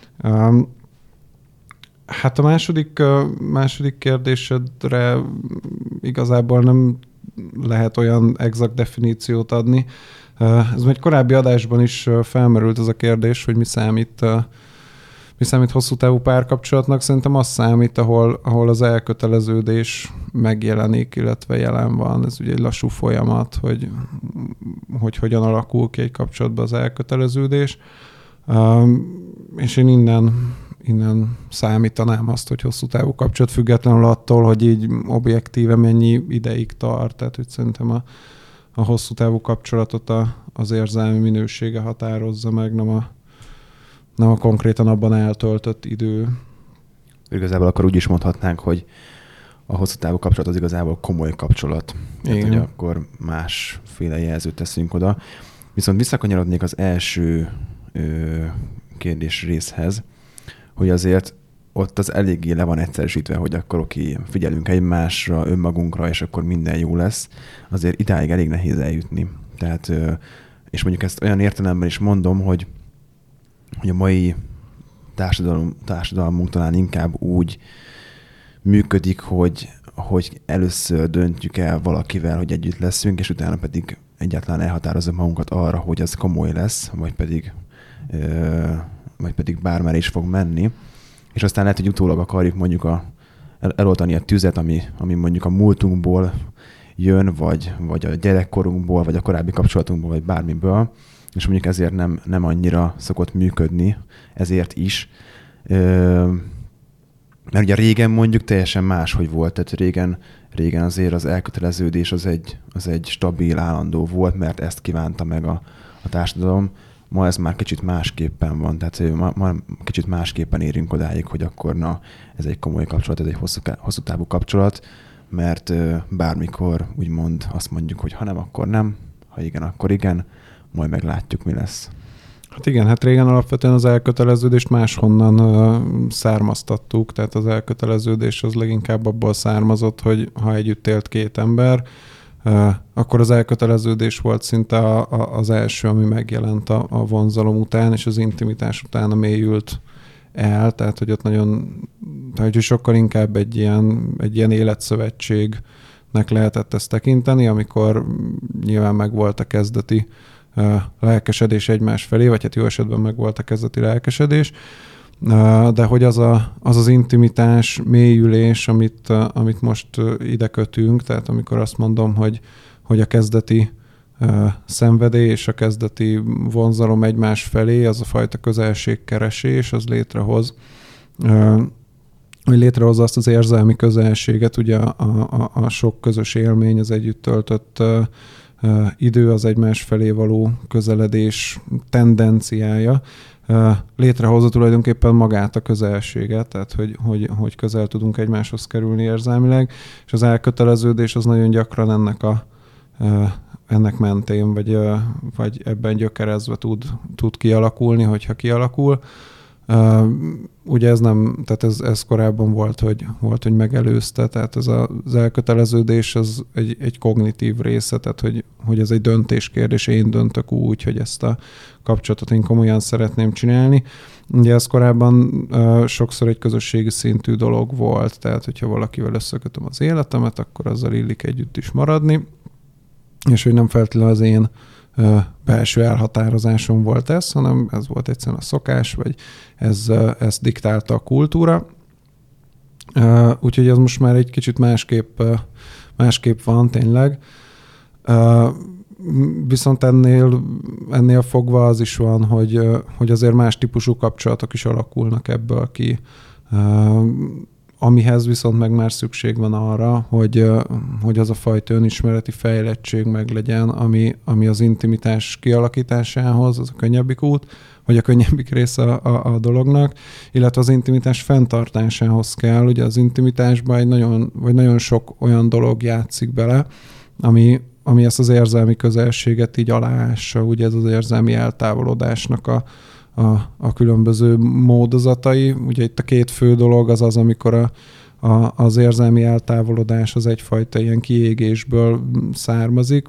Hát a második kérdésedre igazából nem lehet olyan exakt definíciót adni. Ez egy korábbi adásban is felmerült ez a kérdés, hogy mi számít hosszú távú párkapcsolatnak. Szerintem az számít, ahol az elköteleződés megjelenik, illetve jelen van. Ez ugye egy lassú folyamat, hogy hogyan alakul ki egy kapcsolatban az elköteleződés. És én innen számítanám azt, hogy hosszú távú kapcsolat, függetlenül attól, hogy így objektíve mennyi ideig tart. Tehát, hogy szerintem a hosszú távú kapcsolatot az érzelmi minősége határozza meg, nem a konkrétan abban eltöltött idő. Igazából akkor úgy is mondhatnánk, hogy a hosszú távú kapcsolat az igazából komoly kapcsolat. Tehát, hogy akkor másféle jelzőt teszünk oda. Viszont visszakanyarodnék az első kérdés részhez, hogy azért ott az eléggé le van egyszerűsítve, hogy akkor oké, figyelünk egymásra, önmagunkra, és akkor minden jó lesz. Azért idáig elég nehéz eljutni. Tehát, és mondjuk ezt olyan értelemben is mondom, hogy a mai társadalmunk talán inkább úgy működik, hogy először döntjük el valakivel, hogy együtt leszünk, és utána pedig egyáltalán elhatározunk magunkat arra, hogy az komoly lesz, vagy pedig bármere is fog menni. És aztán lehet, hogy utólag akarjuk mondjuk eloltani a tüzet, ami mondjuk a múltunkból jön, vagy a gyerekkorunkból, vagy a korábbi kapcsolatunkból, vagy bármiből, és mondjuk ezért nem annyira szokott működni, ezért is. Mert ugye régen mondjuk teljesen máshogy volt, tehát régen azért az elköteleződés az egy stabil, állandó volt, mert ezt kívánta meg a társadalom. Ma ez már kicsit másképpen van, tehát ma kicsit másképpen érünk odáig, hogy akkor ez egy komoly kapcsolat, ez egy hosszú távú kapcsolat, mert bármikor úgymond azt mondjuk, hogy ha nem, akkor nem, ha igen, akkor igen, majd meglátjuk, mi lesz. Hát igen, hát régen alapvetően az elköteleződést máshonnan származtattuk, tehát az elköteleződés az leginkább abból származott, hogy ha együtt élt 2 ember, akkor az elköteleződés volt szinte az első, ami megjelent a vonzalom után, és az intimitás utána mélyült el, tehát hogy ott hogy sokkal inkább egy ilyen életszövetségnek lehetett ezt tekinteni, amikor nyilván megvolt a kezdeti lelkesedés egymás felé, vagy hát jó esetben meg volt a kezdeti lelkesedés, de hogy az intimitás, mélyülés, amit most ide kötünk, tehát amikor azt mondom, hogy a kezdeti szenvedély és a kezdeti vonzalom egymás felé, az a fajta közelségkeresés, az létrehozza azt az érzelmi közelséget, ugye a sok közös élmény, az együtt töltött idő, az egymás felé való közeledés tendenciája létrehozza tulajdonképpen magát a közelséget, tehát hogy közel tudunk egymáshoz kerülni érzelmileg, és az elköteleződés az nagyon gyakran ennek mentén, vagy ebben gyökerezve tud kialakulni, hogyha kialakul. Ugye ez korábban volt, hogy megelőzte, tehát ez az elköteleződés az egy kognitív része, tehát hogy ez egy döntéskérdés, én döntök úgy, hogy ezt a kapcsolatot én komolyan szeretném csinálni. Ugye ez korábban sokszor egy közösségi szintű dolog volt, tehát hogyha valakivel összekötöm az életemet, akkor azzal illik együtt is maradni, és hogy nem feltétlenül az én belső elhatározásom volt ez, hanem ez volt egyszerűen a szokás, vagy ez diktálta a kultúra. Úgyhogy ez most már egy kicsit másképp van tényleg. Viszont ennél fogva az is van, hogy azért más típusú kapcsolatok is alakulnak ebből ki. Amihez viszont meg már szükség van arra, hogy az a fajta önismereti fejlettség meglegyen, ami az intimitás kialakításához, az a könnyebbik út, vagy a könnyebbik része a dolognak, illetve az intimitás fenntartásához kell. Ugye az intimitásban nagyon sok olyan dolog játszik bele, ami ezt az érzelmi közelséget így aláássa, ugye ez az érzelmi eltávolodásnak a különböző módozatai. Ugye itt a két fő dolog az, amikor az érzelmi eltávolodás az egyfajta ilyen kiégésből származik.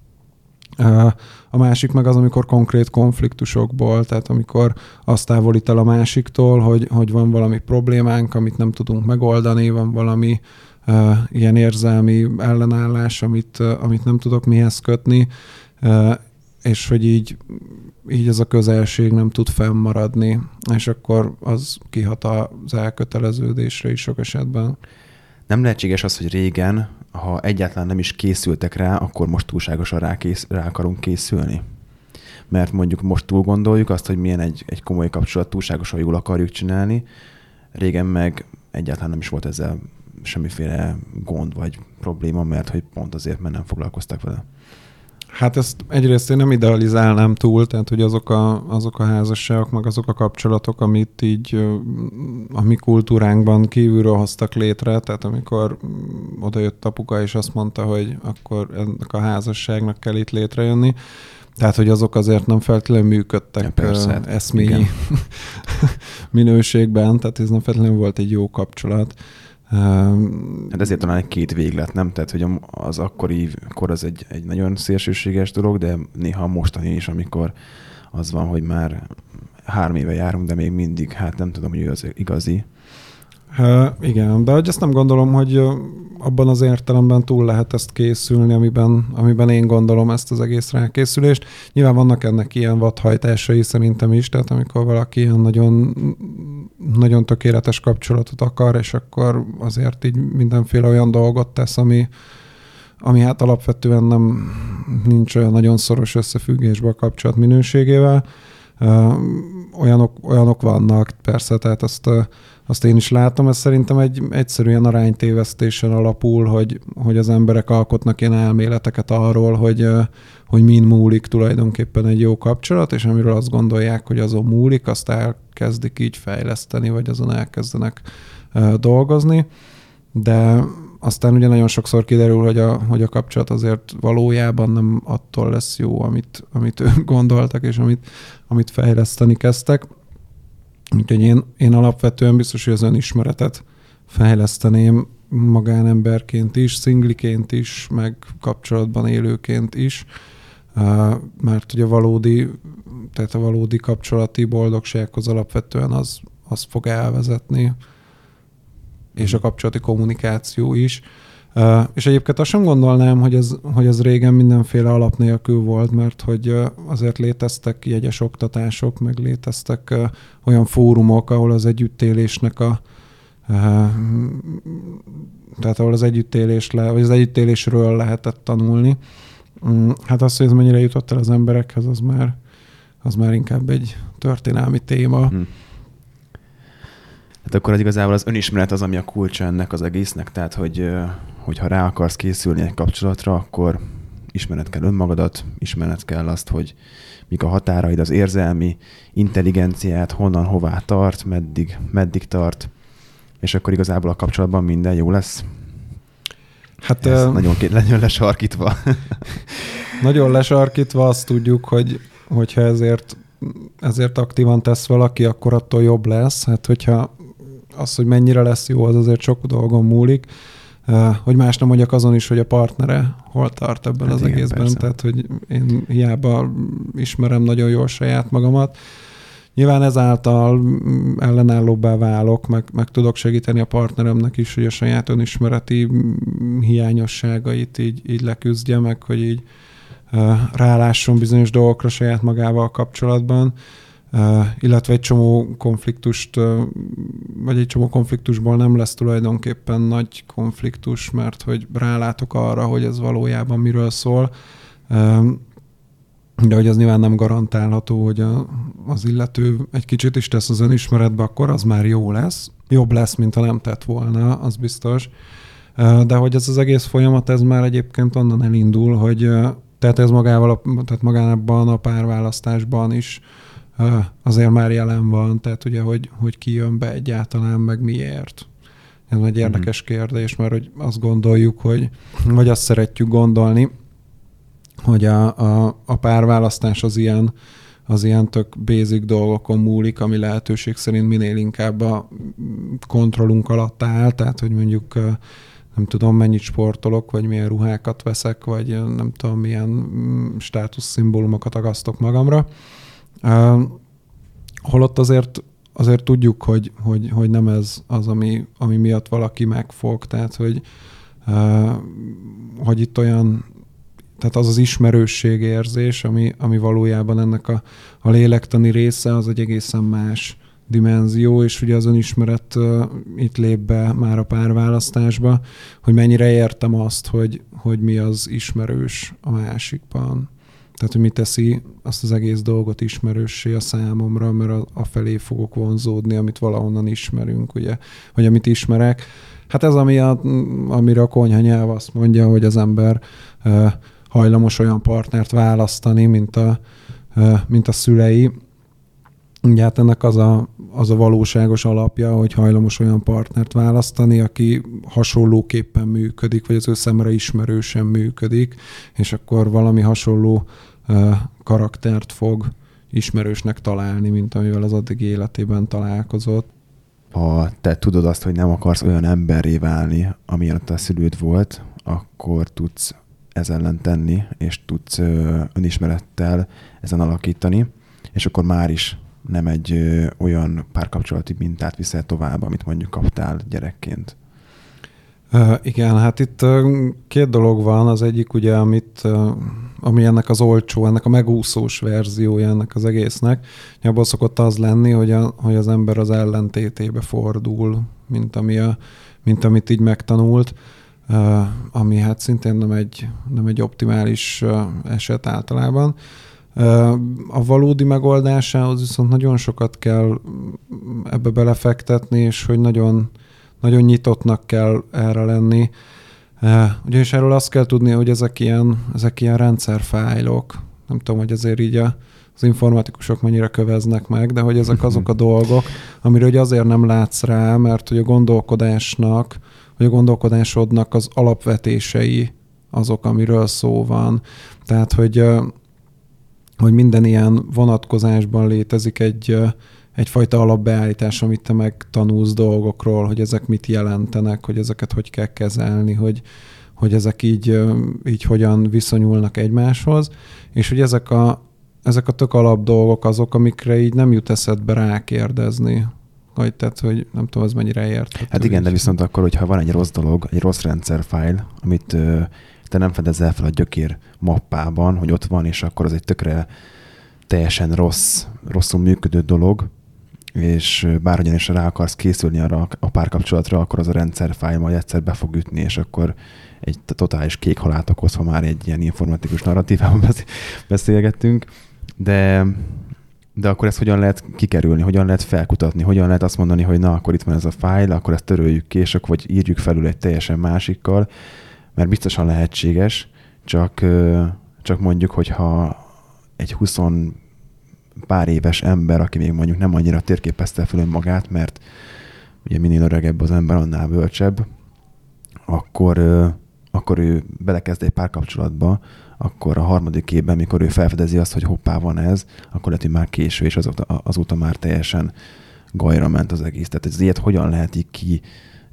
A másik meg az, amikor konkrét konfliktusokból, tehát amikor azt távolít el a másiktól, hogy van valami problémánk, amit nem tudunk megoldani, van valami ilyen érzelmi ellenállás, amit nem tudok mihez kötni, és hogy így ez a közelség nem tud fennmaradni, és akkor az kihat az elköteleződésre is sok esetben. Nem lehetséges az, hogy régen, ha egyáltalán nem is készültek rá, akkor most túlságosan rá akarunk készülni? Mert mondjuk most túl gondoljuk azt, hogy milyen egy komoly kapcsolat, túlságosan jól akarjuk csinálni. Régen meg egyáltalán nem is volt ezzel semmiféle gond vagy probléma, mert hogy pont azért, mert nem foglalkoztak vele. Hát ezt egyrészt én nem idealizálnám túl, tehát hogy azok a házasságok, meg azok a kapcsolatok, amit így a mi kultúránkban kívülről hoztak létre, tehát amikor odajött apuka és azt mondta, hogy akkor ennek a házasságnak kell itt létrejönni, tehát hogy azok azért nem feltétlenül működtek eszményi minőségben, tehát ez nem feltétlenül volt egy jó kapcsolat. Hát ezért talán egy két véglet, nem? Tehát, hogy az akkori kor az egy nagyon szélsőséges dolog, de néha mostani is, amikor az van, hogy már 3 éve járunk, de még mindig, hát nem tudom, hogy ő az igazi. Igen, de azt nem gondolom, hogy abban az értelemben túl lehet ezt készülni, amiben én gondolom ezt az egész rákészülést. Nyilván vannak ennek ilyen vadhajtásai szerintem is, tehát amikor valaki ilyen nagyon, nagyon tökéletes kapcsolatot akar, és akkor azért így mindenféle olyan dolgot tesz, ami hát alapvetően nincs olyan nagyon szoros összefüggésben a kapcsolat minőségével. Olyanok vannak, persze, tehát azt én is látom, ez szerintem egy egyszerűen aránytévesztésen alapul, hogy az emberek alkotnak ilyen elméleteket arról, hogy min múlik tulajdonképpen egy jó kapcsolat, és amiről azt gondolják, hogy azon múlik, azt elkezdik így fejleszteni, vagy azon elkezdenek dolgozni. De aztán ugye nagyon sokszor kiderül, hogy a kapcsolat azért valójában nem attól lesz jó, amit ők gondoltak, és amit fejleszteni kezdtek. Úgyhogy én alapvetően biztos, hogy az önismeretet fejleszteném magánemberként is, szingliként is, meg kapcsolatban élőként is, mert ugye a valódi kapcsolati boldogsághoz alapvetően az fog elvezetni, és a kapcsolati kommunikáció is. És egyébként azt sem gondolnám, hogy ez régen mindenféle alap nélkül volt, mert hogy azért léteztek jegyes oktatások, meg léteztek olyan fórumok, ahol az együttélésnek tehát ahol az vagy az együttélésről lehetett tanulni. Hát az, hogy ez mennyire jutott el az emberekhez, az már inkább egy történelmi téma. Hát akkor igazából az önismeret az, ami a kulcsa ennek az egésznek, tehát hogyha rá akarsz készülni egy kapcsolatra, akkor ismered kell önmagadat, ismered kell azt, hogy mik a határaid, az érzelmi intelligenciát, honnan, hová tart, meddig tart, és akkor igazából a kapcsolatban minden jó lesz. Hát nagyon lesarkítva. Nagyon lesarkítva, azt tudjuk, hogyha ezért aktívan tesz valaki, akkor attól jobb lesz. Hát hogyha az, hogy mennyire lesz jó, az azért sok dolgon múlik. Hogy más nem mondjak azon is, hogy a partnere hol tart ebben hát az igen, egészben. Persze. Tehát, hogy én hiába ismerem nagyon jól saját magamat. Nyilván ezáltal ellenállóbbá válok, meg tudok segíteni a partneremnek is, hogy a saját önismereti hiányosságait így leküzdje, meg hogy így rálásson bizonyos dolgokra saját magával kapcsolatban, illetve egy csomó konfliktusból nem lesz tulajdonképpen nagy konfliktus, mert hogy rálátok arra, hogy ez valójában miről szól, de hogy az nyilván nem garantálható, hogy az illető egy kicsit is tesz az önismeretbe, akkor az már jó lesz. Jobb lesz, mint ha nem tett volna, az biztos. De hogy ez az egész folyamat, ez már egyébként onnan elindul, hogy tehát ez magában a párválasztásban is azért már jelen van, tehát ugye, hogy ki jön be egyáltalán, meg miért. Ez egy érdekes kérdés, mert hogy azt gondoljuk, vagy azt szeretjük gondolni, hogy a párválasztás az ilyen tök basic dolgokon múlik, ami lehetőség szerint minél inkább a kontrollunk alatt áll, tehát hogy mondjuk nem tudom, mennyit sportolok, vagy milyen ruhákat veszek, vagy nem tudom, milyen státuszszimbólumokat agasztok magamra. Holott azért tudjuk, hogy nem ez az, ami miatt valaki megfog, tehát hogy itt olyan, tehát az ismerősségérzés, ami valójában ennek a lélektani része, az egy egészen más dimenzió, és ugye az önismeret itt lép be már a párválasztásba, hogy mennyire értem azt, hogy mi az ismerős a másikban. Tehát, hogy mi teszi azt az egész dolgot ismerőssé a számomra, mert afelé fogok vonzódni, amit valahonnan ismerünk, ugye, vagy amit ismerek. Hát ez, amire a konyhanyelv azt mondja, hogy az ember hajlamos olyan partnert választani, mint a szülei. Ugye hát ennek az a valóságos alapja, hogy hajlamos olyan partnert választani, aki hasonlóképpen működik, vagy az ő szemre ismerősen működik, és akkor valami hasonló karaktert fog ismerősnek találni, mint amivel az addigi életében találkozott. Ha te tudod azt, hogy nem akarsz olyan emberré válni, amilyen a szülőd volt, akkor tudsz ez ellen tenni, és tudsz önismerettel ezen alakítani, és akkor már is nem egy olyan párkapcsolati mintát viszel tovább, amit mondjuk kaptál gyerekként. Igen, hát itt két dolog van. Az egyik ugye, ami ennek az olcsó, ennek a megúszós verziója ennek az egésznek. Abból szokott az lenni, hogy az ember az ellentétébe fordul, mint amit így megtanult, ami hát szintén nem egy optimális eset általában. A valódi megoldásához viszont nagyon sokat kell ebbe belefektetni, és hogy nagyon, nagyon nyitottnak kell erre lenni. Ugyanis erről azt kell tudni, hogy ezek ilyen rendszerfájlok. Nem tudom, hogy azért így az informatikusok mennyire köveznek meg, de hogy ezek azok a dolgok, amire hogy azért nem látsz rá, mert hogy a gondolkodásnak, vagy a gondolkodásodnak az alapvetései azok, amiről szó van. Tehát, hogy minden ilyen vonatkozásban létezik egyfajta alapbeállítás, amit te megtanulsz dolgokról, hogy ezek mit jelentenek, hogy ezeket hogy kell kezelni, hogy ezek így hogyan viszonyulnak egymáshoz, és hogy ezek a tök alap dolgok azok, amikre így nem jut eszedbe rákérdezni, vagy tehát, hogy nem tudom, az mennyire érthető. Hát igen, de viszont akkor, hogyha van egy rossz dolog, egy rossz rendszerfájl, amit te nem fedezel fel a gyökér mappában, hogy ott van, és akkor az egy tökre teljesen rosszul működő dolog, és bárhogyan is rá akarsz készülni arra a párkapcsolatra, akkor az a rendszerfájl majd egyszer be fog ütni, és akkor egy totális kék halált okoz, ha már egy ilyen informatikus narratívában beszélgettünk. De akkor ezt hogyan lehet kikerülni, hogyan lehet felkutatni, hogyan lehet azt mondani, hogy na, akkor itt van ez a fájl, akkor ezt töröljük ki, és akkor vagy írjuk felül egy teljesen másikkal, mert biztosan lehetséges, csak mondjuk, hogyha egy 20 pár éves ember, aki még mondjuk nem annyira térképezte fel önmagát, mert ugye minél öregebb az ember, annál bölcsebb, akkor ő belekezd egy párkapcsolatba, akkor a harmadik évben, mikor ő felfedezi azt, hogy hoppá, van ez, akkor lehet, hogy már késő, és azóta már teljesen gajra ment az egész. Tehát ez ilyet hogyan lehet így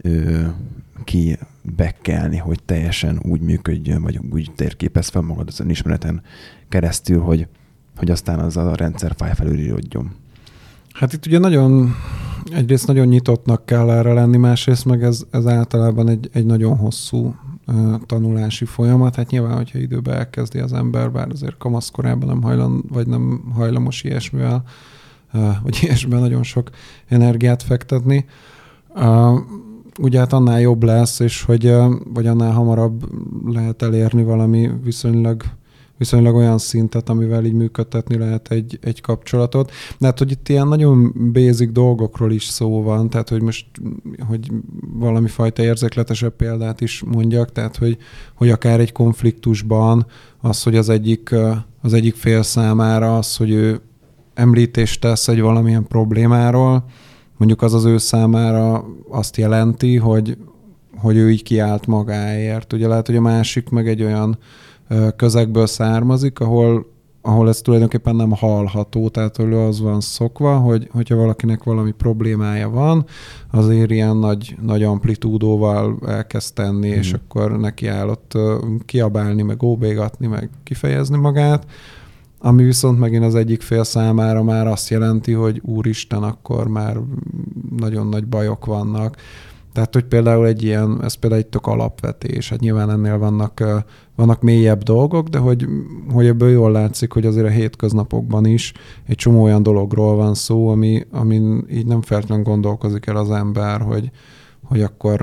ki bekkelni, hogy teljesen úgy működjön, vagy úgy térképez fel magad az önismereten keresztül, hogy aztán az a rendszerfájl felülíródjon. Hát itt ugye egyrészt nagyon nyitottnak kell erre lenni, másrészt meg ez általában egy nagyon hosszú tanulási folyamat. Hát nyilván, hogyha időben elkezdi az ember, bár azért kamaszkorában nem hajlamos ilyesmivel, vagy ilyesmivel nagyon sok energiát fektetni. Ugye hát annál jobb lesz, és vagy annál hamarabb lehet elérni valami viszonylag olyan szintet, amivel így működtetni lehet egy kapcsolatot. De hát, hogy itt ilyen nagyon basic dolgokról is szó van, tehát, hogy most, hogy valami fajta érzékletesebb példát is mondjak, tehát, hogy akár egy konfliktusban az, hogy az egyik fél számára az, hogy ő említést tesz egy valamilyen problémáról, mondjuk az ő számára azt jelenti, hogy ő így kiállt magáért. Ugye lehet, hogy a másik meg egy olyan közegből származik, ahol ez tulajdonképpen nem hallható, tehát az van szokva, hogyha valakinek valami problémája van, azért ilyen nagy amplitúdóval elkezd tenni, és akkor neki állott kiabálni, meg óbégatni, meg kifejezni magát, ami viszont megint az egyik fél számára már azt jelenti, hogy úristen, akkor már nagyon nagy bajok vannak. Tehát, hogy például ez például egy tök alapvetés. Hát nyilván ennél vannak mélyebb dolgok, de hogy ebből jól látszik, hogy azért a hétköznapokban is egy csomó olyan dologról van szó, amin így nem feltétlenül gondolkozik el az ember, hogy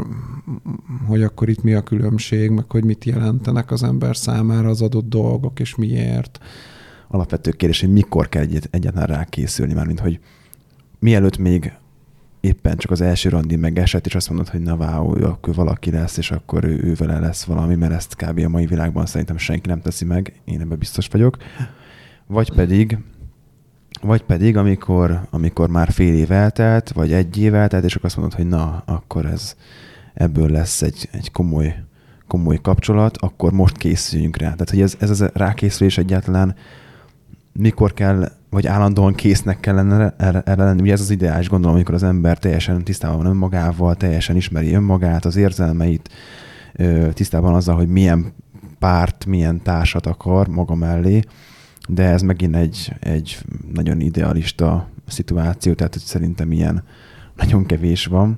akkor itt mi a különbség, meg hogy mit jelentenek az ember számára az adott dolgok, és miért. Alapvető kérdés, hogy mikor kell egyáltalán rákészülni, mármint hogy mielőtt még éppen csak az első randi megesett, és azt mondod, hogy na váó, ő akkor valaki lesz, és akkor ő vele lesz valami, mert ezt kb. A mai világban szerintem senki nem teszi meg, én ebben biztos vagyok. Vagy pedig amikor már fél év eltelt, vagy egy év eltelt, és akkor azt mondod, hogy na, akkor ebből lesz egy komoly kapcsolat, akkor most készüljünk rá. Tehát, hogy ez az rákészülés egyáltalán mikor kell, vagy állandóan késznek kellene erre lenni. Ugye ez az ideális, gondolom, amikor az ember teljesen tisztában van önmagával, teljesen ismeri önmagát, az érzelmeit, tisztában azzal, hogy milyen párt, milyen társat akar maga mellé, de ez megint egy nagyon idealista szituáció, tehát hogy szerintem ilyen nagyon kevés van.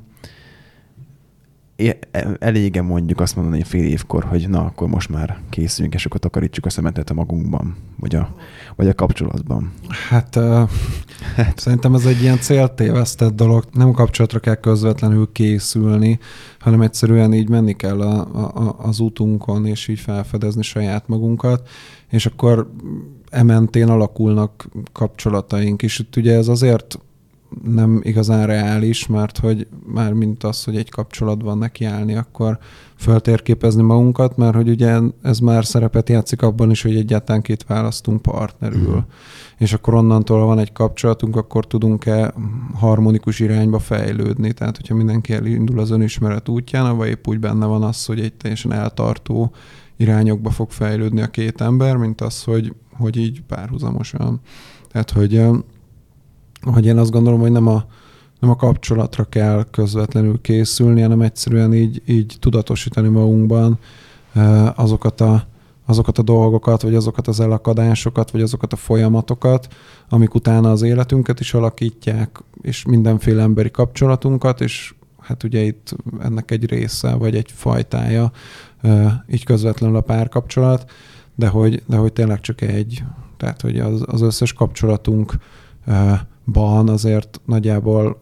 Elége mondjuk azt mondani fél évkor, hogy na, akkor most már készüljünk, és akkor takarítsuk a szemetet a magunkban, vagy a kapcsolatban. Hát szerintem ez egy ilyen céltévesztett dolog. Nem kapcsolatra kell közvetlenül készülni, hanem egyszerűen így menni kell az útunkon, és így felfedezni saját magunkat, és akkor ementén alakulnak kapcsolataink is. Itt ugye ez azért nem igazán reális, mert hogy már mint az, hogy egy kapcsolatban nekiállni, akkor föltérképezni magunkat, mert hogy ugye ez már szerepet játszik abban is, hogy egyáltalán két választunk partnerül. És akkor onnantól, ha van egy kapcsolatunk, akkor tudunk-e harmonikus irányba fejlődni. Tehát, hogyha mindenki elindul az önismeret útján, abban épp úgy benne van az, hogy egy teljesen eltartó irányokba fog fejlődni a két ember, mint az, hogy így párhuzamosan. Tehát, hogy én azt gondolom, hogy nem a kapcsolatra kell közvetlenül készülni, hanem egyszerűen így tudatosítani magunkban azokat a dolgokat, vagy azokat az elakadásokat, vagy azokat a folyamatokat, amik utána az életünket is alakítják, és mindenféle emberi kapcsolatunkat, és hát ugye itt ennek egy része, vagy egy fajtája, így közvetlenül a párkapcsolat, de hogy tényleg csak egy. Tehát, hogy az összes kapcsolatunkban azért nagyjából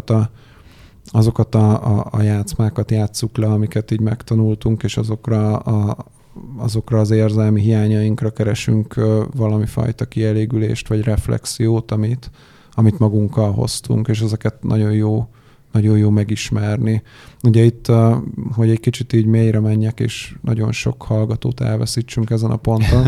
azokat a játszmákat játsszuk le, amiket így megtanultunk, és azokra az érzelmi hiányainkra keresünk valami fajta kielégülést, vagy reflexiót, amit magunkkal hoztunk, és ezeket nagyon jó megismerni. Ugye itt, hogy egy kicsit így mélyre menjek, és nagyon sok hallgatót elveszítsünk ezen a ponton.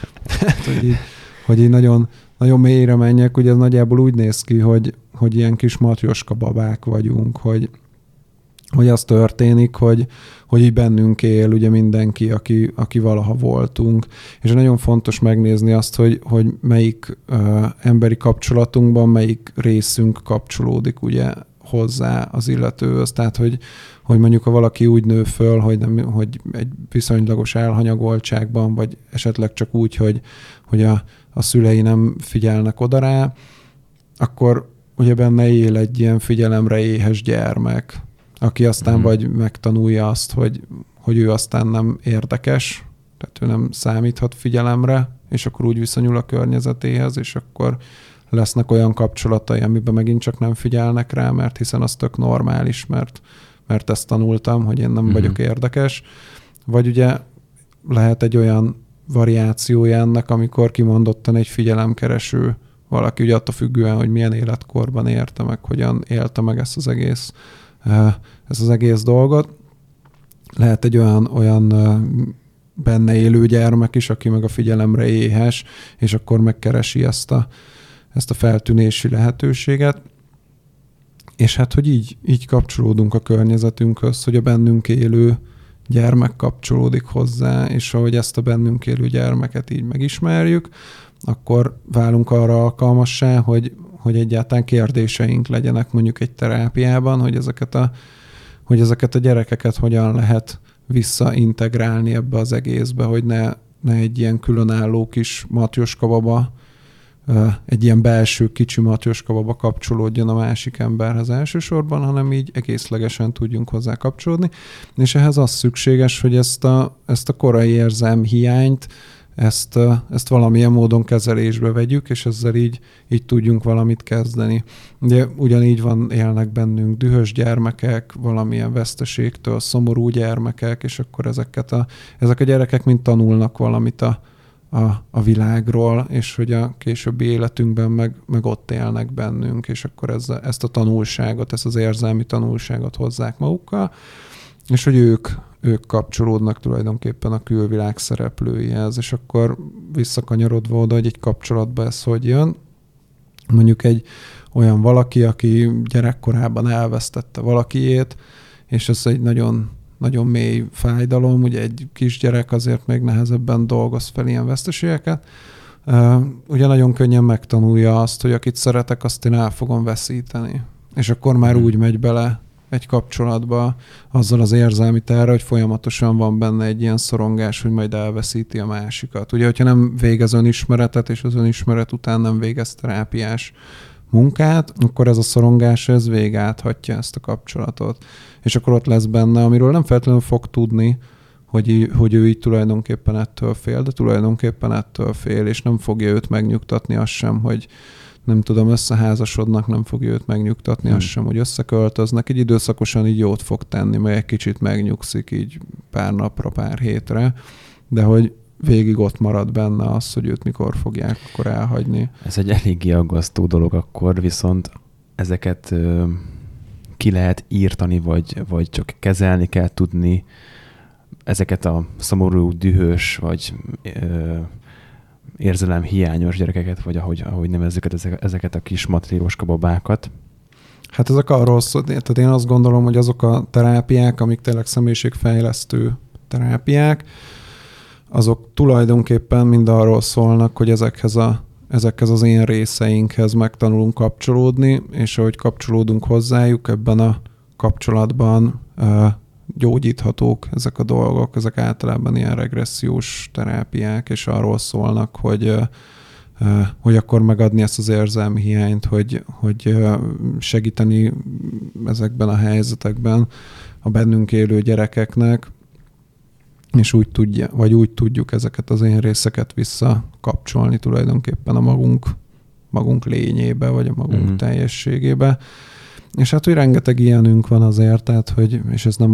hogy így nagyon, nagyon mélyre menjek, ugye ez nagyjából úgy néz ki, hogy ilyen kis matrioska babák vagyunk, hogy az történik, hogy így bennünk él ugye mindenki, aki valaha voltunk. És nagyon fontos megnézni azt, hogy melyik emberi kapcsolatunkban melyik részünk kapcsolódik ugye hozzá az illetőhöz. Tehát, hogy mondjuk, ha valaki úgy nő föl, hogy egy viszonylagos elhanyagoltságban, vagy esetleg csak úgy, hogy a szülei nem figyelnek oda rá, akkor ugye benne él egy ilyen figyelemre éhes gyermek, aki aztán vagy megtanulja azt, hogy ő aztán nem érdekes, tehát ő nem számíthat figyelemre, és akkor úgy viszonyul a környezetéhez, és akkor lesznek olyan kapcsolatai, amiben megint csak nem figyelnek rá, mert hiszen az tök normális, mert ezt tanultam, hogy én nem vagyok érdekes. Vagy ugye lehet egy olyan variációja ennek, amikor kimondottan egy figyelemkereső valaki, ugye attól függően, hogy milyen életkorban érte meg, hogyan élte meg ezt az egész dolgot. Lehet egy olyan benne élő gyermek is, aki meg a figyelemre éhes, és akkor megkeresi ezt a feltűnési lehetőséget. És hát, hogy így kapcsolódunk a környezetünkhöz, hogy a bennünk élő gyermek kapcsolódik hozzá, és ahogy ezt a bennünk élő gyermeket így megismerjük, akkor válunk arra alkalmassá, hogy egyáltalán kérdéseink legyenek mondjuk egy terápiában, hogy ezeket a gyerekeket hogyan lehet visszaintegrálni ebbe az egészbe, hogy ne egy ilyen különálló kis matrioska baba, egy ilyen belső kicsi matrioska baba kapcsolódjon a másik emberhez elsősorban, hanem így egészlegesen tudjunk hozzá kapcsolódni. És ehhez az szükséges, hogy ezt a korai érzelmi hiányt, ezt valamilyen módon kezelésbe vegyük, és ezzel így tudjunk valamit kezdeni. Ugye ugyanígy élnek bennünk dühös gyermekek, valamilyen veszteségtől szomorú gyermekek, és akkor ezek a gyerekek mind tanulnak valamit a világról, és hogy a későbbi életünkben meg ott élnek bennünk, és akkor ezt a tanulságot, ezt az érzelmi tanulságot hozzák magukkal, és hogy ők kapcsolódnak tulajdonképpen a külvilág szereplőihez, és akkor visszakanyarodva oda, hogy egy kapcsolatba ez hogy jön. Mondjuk egy olyan valaki, aki gyerekkorában elvesztette valakiét, és ez egy nagyon, nagyon mély fájdalom, ugye egy kisgyerek azért még nehezebben dolgoz fel ilyen veszteségeket. Ugye nagyon könnyen megtanulja azt, hogy akit szeretek, azt én el fogom veszíteni. És akkor már úgy megy bele egy kapcsolatba azzal az érzelmi terre, hogy folyamatosan van benne egy ilyen szorongás, hogy majd elveszíti a másikat. Ugye, hogyha nem végez önismeretet, és az önismeret után nem végez terápiás munkát, akkor ez a szorongás, ez végigáthatja ezt a kapcsolatot. És akkor ott lesz benne, amiről nem feltétlenül fog tudni, hogy ő így tulajdonképpen ettől fél, de tulajdonképpen ettől fél, és nem fogja őt megnyugtatni az sem, hogy nem tudom, összeházasodnak, nem fogja őt megnyugtatni, az sem, hogy összeköltöznek. Egy időszakosan így jót fog tenni, mert egy kicsit megnyugszik így pár napra, pár hétre, de hogy végig ott marad benne az, hogy őt mikor fogják akkor elhagyni. Ez egy eléggé aggasztó dolog akkor, viszont ezeket ki lehet írtani, vagy csak kezelni kell tudni, ezeket a szomorú, dühös, vagy érzelemhiányos gyerekeket, vagy ahogy nevezzük ezeket a kis matrioska babákat. Hát ezek arról szól, tehát én azt gondolom, hogy azok a terápiák, amik tényleg személyiségfejlesztő terápiák, azok tulajdonképpen mind arról szólnak, hogy ezekhez az én részeinkhez megtanulunk kapcsolódni, és ahogy kapcsolódunk hozzájuk, ebben a kapcsolatban gyógyíthatók ezek a dolgok, ezek általában ilyen regressziós terápiák, és arról szólnak, hogy akkor megadni ezt az érzelmi hiányt, hogy segíteni ezekben a helyzetekben a bennünk élő gyerekeknek, és úgy tudjuk ezeket az én részeket visszakapcsolni tulajdonképpen a magunk lényébe, vagy a magunk teljességébe. És hát, hogy rengeteg ilyenünk van azért, tehát, és ez nem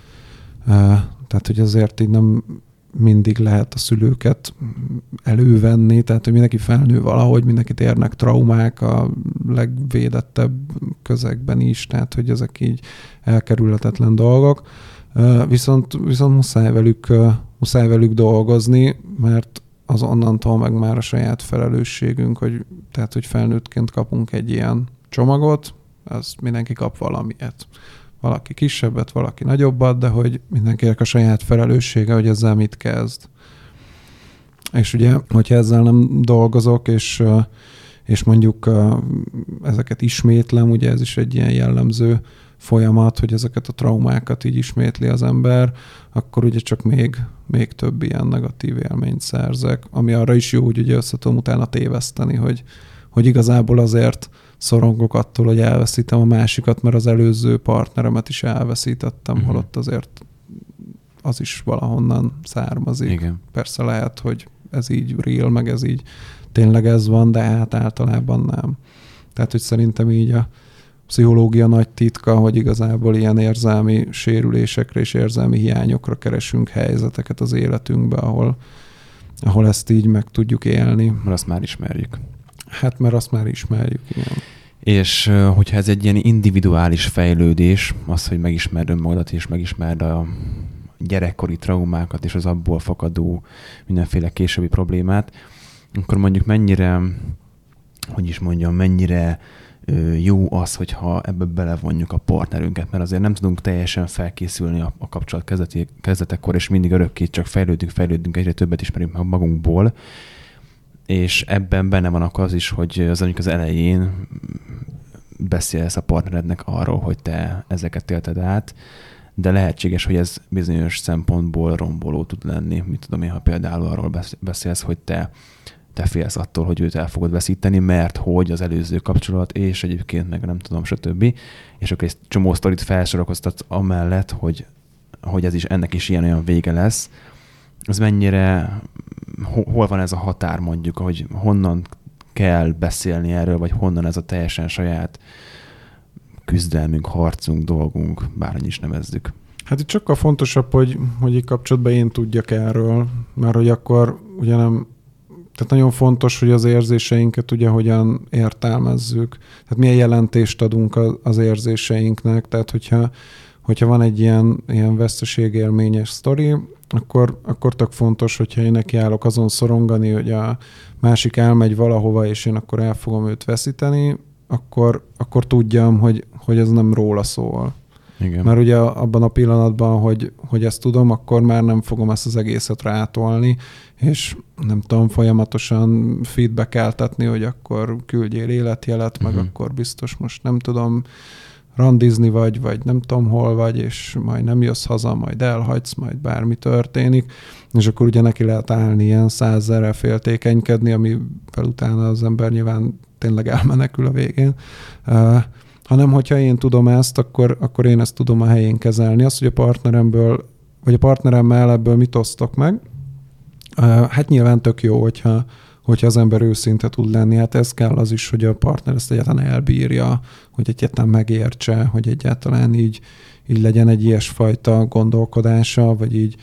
tehát, hogy azért így nem mindig lehet a szülőket elővenni, tehát, hogy mindenki felnő valahogy, mindenkit érnek traumák a legvédettebb közegben is, tehát, hogy ezek így elkerülhetetlen dolgok. Viszont muszáj velük dolgozni, mert az onnantól meg már a saját felelősségünk, hogy felnőttként kapunk egy ilyen csomagot, az mindenki kap valamilyet. Valaki kisebbet, valaki nagyobbat, de hogy mindenkinek a saját felelőssége, hogy ezzel mit kezd. És ugye, hogyha ezzel nem dolgozok, és mondjuk ezeket ismétlem, ugye ez is egy ilyen jellemző folyamat, hogy ezeket a traumákat így ismétli az ember, akkor ugye csak még több ilyen negatív élményt szerzek, ami arra is jó, hogy ugye össze tudom utána téveszteni, hogy igazából azért szorongok attól, hogy elveszítem a másikat, mert az előző partneremet is elveszítettem, holott azért az is valahonnan származik. Igen. Persze lehet, hogy ez így real, meg ez így tényleg ez van, de hát általában nem. Tehát, hogy szerintem így a pszichológia nagy titka, hogy igazából ilyen érzelmi sérülésekre és érzelmi hiányokra keresünk helyzeteket az életünkbe, ahol ezt így meg tudjuk élni. Mert azt már ismerjük. Hát, mert azt már ismerjük, igen. És hogyha ez egy ilyen individuális fejlődés, az, hogy megismerd önmagadat, és megismerd a gyerekkori traumákat, és az abból fakadó mindenféle későbbi problémát, akkor mondjuk mennyire jó az, hogyha ebbe belevonjuk a partnerünket, mert azért nem tudunk teljesen felkészülni a kapcsolat kezdetekkor, és mindig örökké csak fejlődünk, egyre többet ismerünk meg magunkból, és ebben benne van akkor az is, hogy az elején beszélsz a partnerednek arról, hogy te ezeket élted át, de lehetséges, hogy ez bizonyos szempontból romboló tud lenni. Mit tudom én, ha például arról beszélsz, hogy te félsz attól, hogy őt el fogod veszíteni, mert hogy az előző kapcsolat, és egyébként meg nem tudom, stb. És akkor egy csomó sztorit felsorakoztat amellett, hogy ez is, ennek is ilyen-olyan vége lesz. Az mennyire, hol van ez a határ mondjuk, hogy honnan kell beszélni erről, vagy honnan ez a teljesen saját küzdelmünk, harcunk, dolgunk, bárhogy is nevezzük. Hát itt sokkal fontosabb, hogy így kapcsolatban én tudjak erről, mert hogy akkor ugye nem, tehát nagyon fontos, hogy az érzéseinket ugye hogyan értelmezzük, tehát milyen jelentést adunk az érzéseinknek, tehát hogyha van egy ilyen veszteségélményes sztori, akkor tök fontos, hogyha én nekiállok azon szorongani, hogy a másik elmegy valahova, és én akkor el fogom őt veszíteni, akkor tudjam, hogy ez nem róla szól. Igen. Mert ugye abban a pillanatban, hogy ezt tudom, akkor már nem fogom ezt az egészet rátolni, és nem tudom folyamatosan feedbackeltetni, hogy akkor küldjél életjelet, meg akkor biztos most nem tudom randizni vagy nem tudom hol vagy, és majd nem jössz haza, majd elhagysz, majd bármi történik, és akkor ugye neki lehet állni ilyen 100-000-rel féltékenykedni, amivel utána az ember nyilván tényleg elmenekül a végén. Hanem, hogyha én tudom ezt, akkor én ezt tudom a helyén kezelni. Az, hogy a partneremből, vagy a partneremmel ebből mit osztok meg, hát nyilván tök jó, hogyha az ember őszinte tud lenni. Hát ez kell az is, hogy a partner ezt egyáltalán elbírja, hogy egyáltalán megértse, hogy egyáltalán így legyen egy ilyesfajta gondolkodása, vagy így,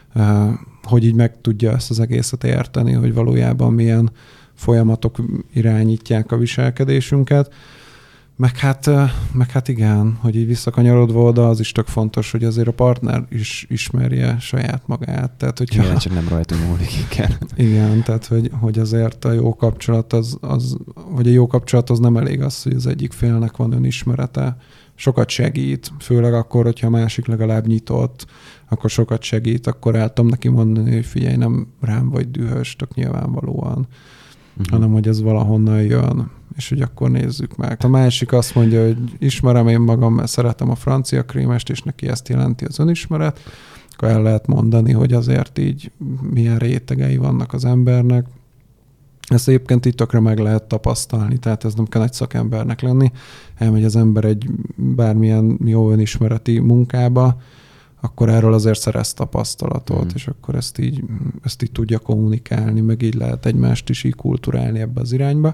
hogy így meg tudja ezt az egészet érteni, hogy valójában milyen folyamatok irányítják a viselkedésünket. Meg hát igen, hogy így visszakanyarodva oda, az is tök fontos, hogy azért a partner is ismerje saját magát. Tehát, hogyha... Igen, csak nem rajtunk múlik, igen. Igen, tehát hogy azért a jó kapcsolat vagy a jó kapcsolat az nem elég az, hogy az egyik félnek van önismerete. Sokat segít, főleg akkor, hogyha a másik legalább nyitott, akkor sokat segít, akkor el tudom neki mondani, hogy figyelj, nem rám vagy dühös, tök nyilvánvalóan, hanem hogy ez valahonnan jön. és hogy akkor nézzük meg. A másik azt mondja, hogy ismerem én magam, mert szeretem a francia krémest, és neki ezt jelenti az önismeret, akkor el lehet mondani, hogy azért így milyen rétegei vannak az embernek. Ezt egyébként így tökre meg lehet tapasztalni, tehát ez nem kell egy szakembernek lenni. Elmegy az ember egy bármilyen jó önismereti munkába, akkor erről azért szerez tapasztalatot, és akkor ezt így tudja kommunikálni, meg így lehet egymást is így kulturálni ebbe az irányba.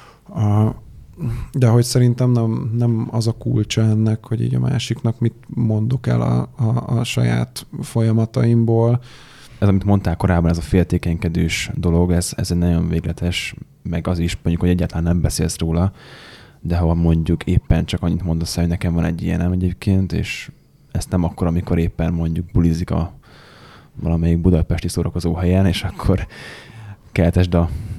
De hogy szerintem nem az a kulcsa ennek, hogy így a másiknak mit mondok el a saját folyamataimból. Ez, amit mondtál korábban, ez a féltékenykedős dolog, ez egy nagyon végletes, meg az is mondjuk, hogy egyáltalán nem beszélsz róla, de ha mondjuk éppen csak annyit mondasz, hogy nekem van egy ilyenem egyébként, és ezt nem akkor, amikor éppen mondjuk bulizik a valamelyik budapesti szórakozó helyen, és akkor keltesd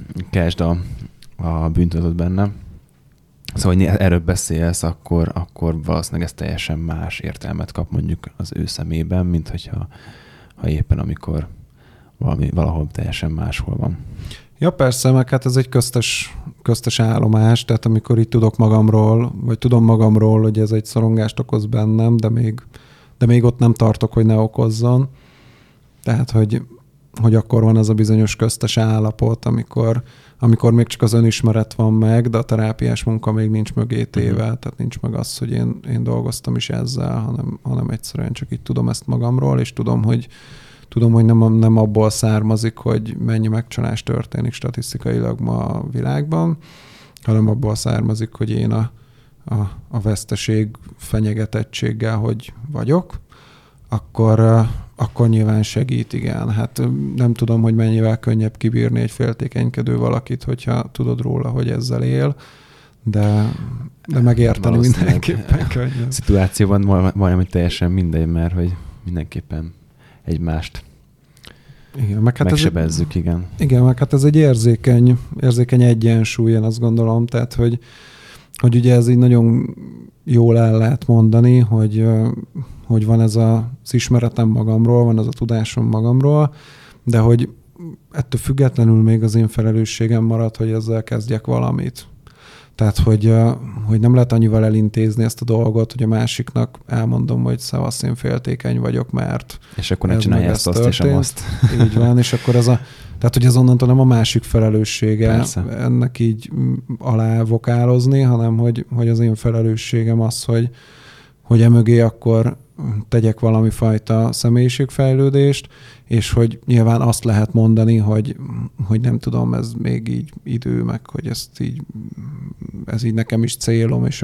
a bűntudatot benne. Szóval, hogy erről beszélsz, akkor valószínűleg ez teljesen más értelmet kap mondjuk az ő szemében, mint hogyha éppen amikor valahol teljesen máshol van. Ja persze, meg hát ez egy köztes állomás, tehát amikor így tudok magamról, vagy tudom magamról, hogy ez egy szorongást okoz bennem, de még ott nem tartok, hogy ne okozzon. Tehát, hogy akkor van az a bizonyos köztes állapot, amikor még csak az önismeret van meg, de a terápiás munka még nincs mögé téve, tehát nincs meg az, hogy én dolgoztam is ezzel, hanem egyszerűen csak így tudom ezt magamról, és tudom, hogy nem abból származik, hogy mennyi megcsalás történik statisztikailag ma a világban, hanem abból származik, hogy én a veszteség fenyegetettséggel, hogy vagyok, akkor nyilván segít, igen. Hát nem tudom, hogy mennyivel könnyebb kibírni egy féltékenykedő valakit, hogyha tudod róla, hogy ezzel él, de megérteni mindenképpen könnyebb. A szituációban majdnem teljesen mindegy, mert hogy mindenképpen egymást igen, meg hát megsebezzük, igen. Igen, meg hát ez egy érzékeny egyensúly, én azt gondolom, tehát hogy ugye ez így nagyon jól el lehet mondani, hogy van ez az ismeretem magamról, van ez a tudásom magamról, de hogy ettől függetlenül még az én felelősségem marad, hogy ezzel kezdjek valamit. Tehát, hogy nem lehet annyival elintézni ezt a dolgot, hogy a másiknak elmondom, hogy szevasz, én féltékeny vagyok, mert és akkor ne csinálj ezt, azt és azt. Így van, és akkor tehát, hogy ez onnantól nem a másik felelőssége persze. Ennek így alávokálozni, hanem hogy az én felelősségem az, hogy emögé akkor tegyek valami fajta személyiségfejlődést, és hogy nyilván azt lehet mondani, hogy nem tudom, ez még így idő, meg hogy ez így nekem is célom, és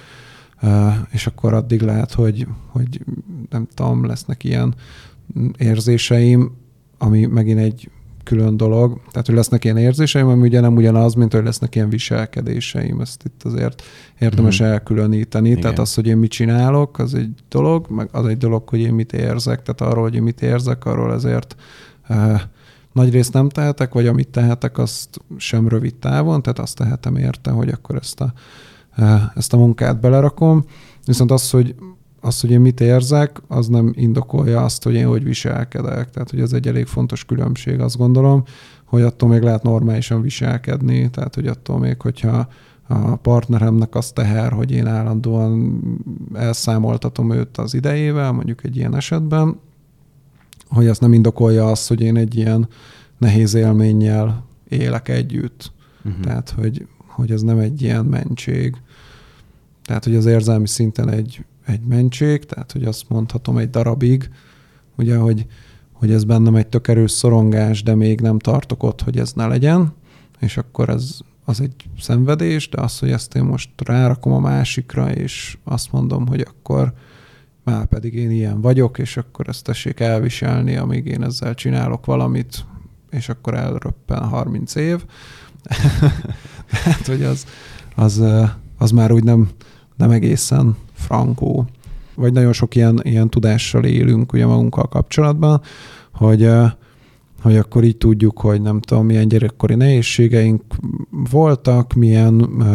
akkor addig lehet, hogy nem tudom, lesznek ilyen érzéseim, ami megint egy külön dolog. Tehát, hogy lesznek ilyen érzéseim, ami ugye nem ugyanaz, mint hogy lesznek ilyen viselkedéseim. Ezt itt azért érdemes elkülöníteni. Igen. Tehát az, hogy én mit csinálok, az egy dolog, meg az egy dolog, hogy én mit érzek. Tehát arról, hogy én mit érzek, arról ezért nagy részt nem tehetek, vagy amit tehetek, azt sem rövid távon, tehát azt tehetem érte, hogy akkor ezt a munkát belerakom. Viszont az, hogy én mit érzek, az nem indokolja azt, hogy én hogy viselkedek. Tehát, hogy ez egy elég fontos különbség, azt gondolom, hogy attól még lehet normálisan viselkedni, tehát, hogy attól még, hogyha a partneremnek az teher, hogy én állandóan elszámoltatom őt az idejével, mondjuk egy ilyen esetben, hogy azt nem indokolja azt, hogy én egy ilyen nehéz élménnyel élek együtt. Tehát, hogy ez nem egy ilyen mentség. Tehát, hogy az érzelmi szinten egy mentség, tehát, hogy azt mondhatom egy darabig, ugye, hogy ez bennem egy tök erős szorongás, de még nem tartok ott, hogy ez ne legyen, és akkor az egy szenvedés, de az, hogy ezt én most rárakom a másikra, és azt mondom, hogy akkor már pedig én ilyen vagyok, és akkor ezt tessék elviselni, amíg én ezzel csinálok valamit, és akkor elröppen 30 év. Tehát, hogy az már úgy nem egészen frankó. Vagy nagyon sok ilyen tudással élünk ugye magunkkal kapcsolatban, hogy akkor így tudjuk, hogy nem tudom, milyen gyerekkori nehézségeink voltak, milyen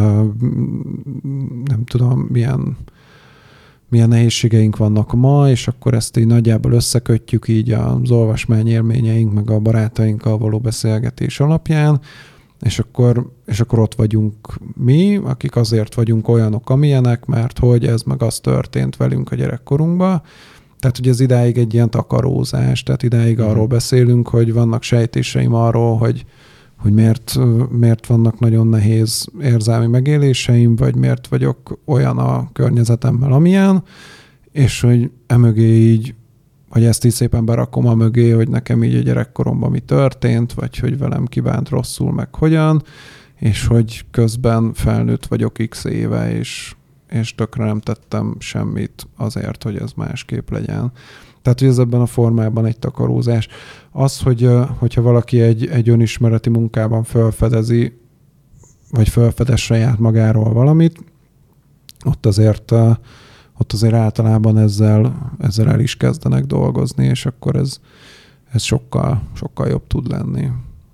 nem tudom, milyen nehézségeink vannak ma, és akkor ezt így nagyjából összekötjük így az olvasmány élményeink, meg a barátainkkal való beszélgetés alapján, És akkor ott vagyunk mi, akik azért vagyunk olyanok, amilyenek, mert hogy ez meg az történt velünk a gyerekkorunkban. Tehát, hogy ez idáig egy ilyen takarózás, tehát idáig arról beszélünk, hogy vannak sejtéseim arról, hogy miért vannak nagyon nehéz érzelmi megéléseim, vagy miért vagyok olyan a környezetemmel, amilyen, és hogy emögé így, vagy ezt így szépen berakom a mögé, hogy nekem így a gyerekkoromban mi történt, vagy hogy velem kibánt rosszul, meg hogyan, és hogy közben felnőtt vagyok x éve, és tökre nem tettem semmit azért, hogy ez másképp legyen. Tehát, hogy ez ebben a formában egy takarózás. Az, hogyha valaki egy önismereti munkában felfedezi, vagy felfedez saját magáról valamit, ott azért általában ezzel el is kezdenek dolgozni, és akkor ez sokkal, sokkal jobb tud lenni.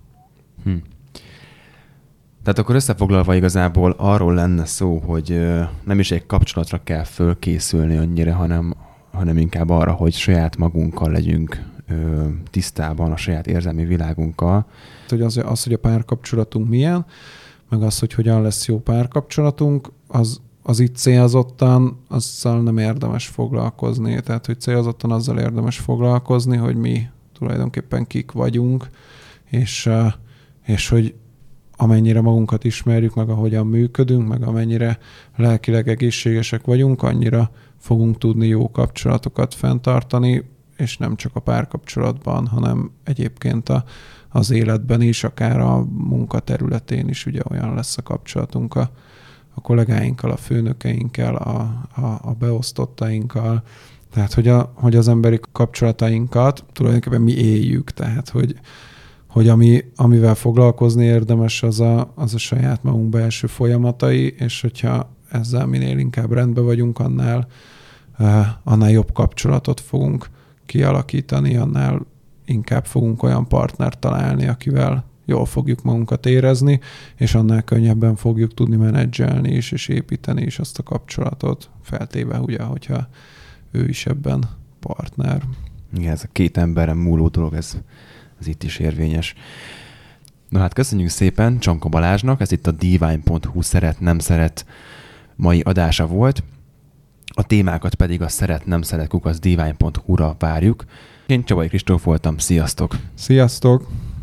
Tehát akkor összefoglalva igazából arról lenne szó, hogy nem is egy kapcsolatra kell fölkészülni annyira, hanem inkább arra, hogy saját magunkkal legyünk tisztában, a saját érzelmi világunkkal. Hogy az, hogy a párkapcsolatunk milyen, meg az, hogy hogyan lesz jó párkapcsolatunk, az itt célzottan, azzal nem érdemes foglalkozni. Tehát, hogy célzottan azzal érdemes foglalkozni, hogy mi tulajdonképpen kik vagyunk, és hogy amennyire magunkat ismerjük, meg ahogyan működünk, meg amennyire lelkileg egészségesek vagyunk, annyira fogunk tudni jó kapcsolatokat fenntartani, és nem csak a párkapcsolatban, hanem egyébként az életben is, akár a munkaterületén is ugye olyan lesz a kapcsolatunk a kollégáinkkal, a főnökeinkkel, a beosztottainkkal, tehát hogy az emberi kapcsolatainkat tulajdonképpen mi éljük, tehát hogy amivel foglalkozni érdemes, az a saját magunk belső folyamatai, és hogyha ezzel minél inkább rendben vagyunk, annál jobb kapcsolatot fogunk kialakítani, annál inkább fogunk olyan partnert találni, akivel jól fogjuk magunkat érezni, és annál könnyebben fogjuk tudni menedzselni is, és építeni is azt a kapcsolatot, feltéve ugye, hogyha ő is ebben partner. Igen, ez a két emberen múló dolog, ez itt is érvényes. Na hát köszönjük szépen Csanka Balázsnak, ez itt a Divine.hu szeret-nem szeret mai adása volt. A témákat pedig a szeret-nem szeret @divine.hu-ra várjuk. Én Csabai Kristóf voltam, sziasztok! Sziasztok!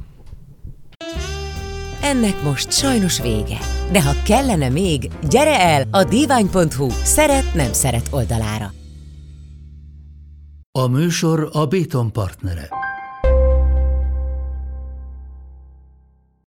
Ennek most sajnos vége. De ha kellene még, gyere el a Divine.hu szeret-nem szeret oldalára. A műsor a Béton partnere.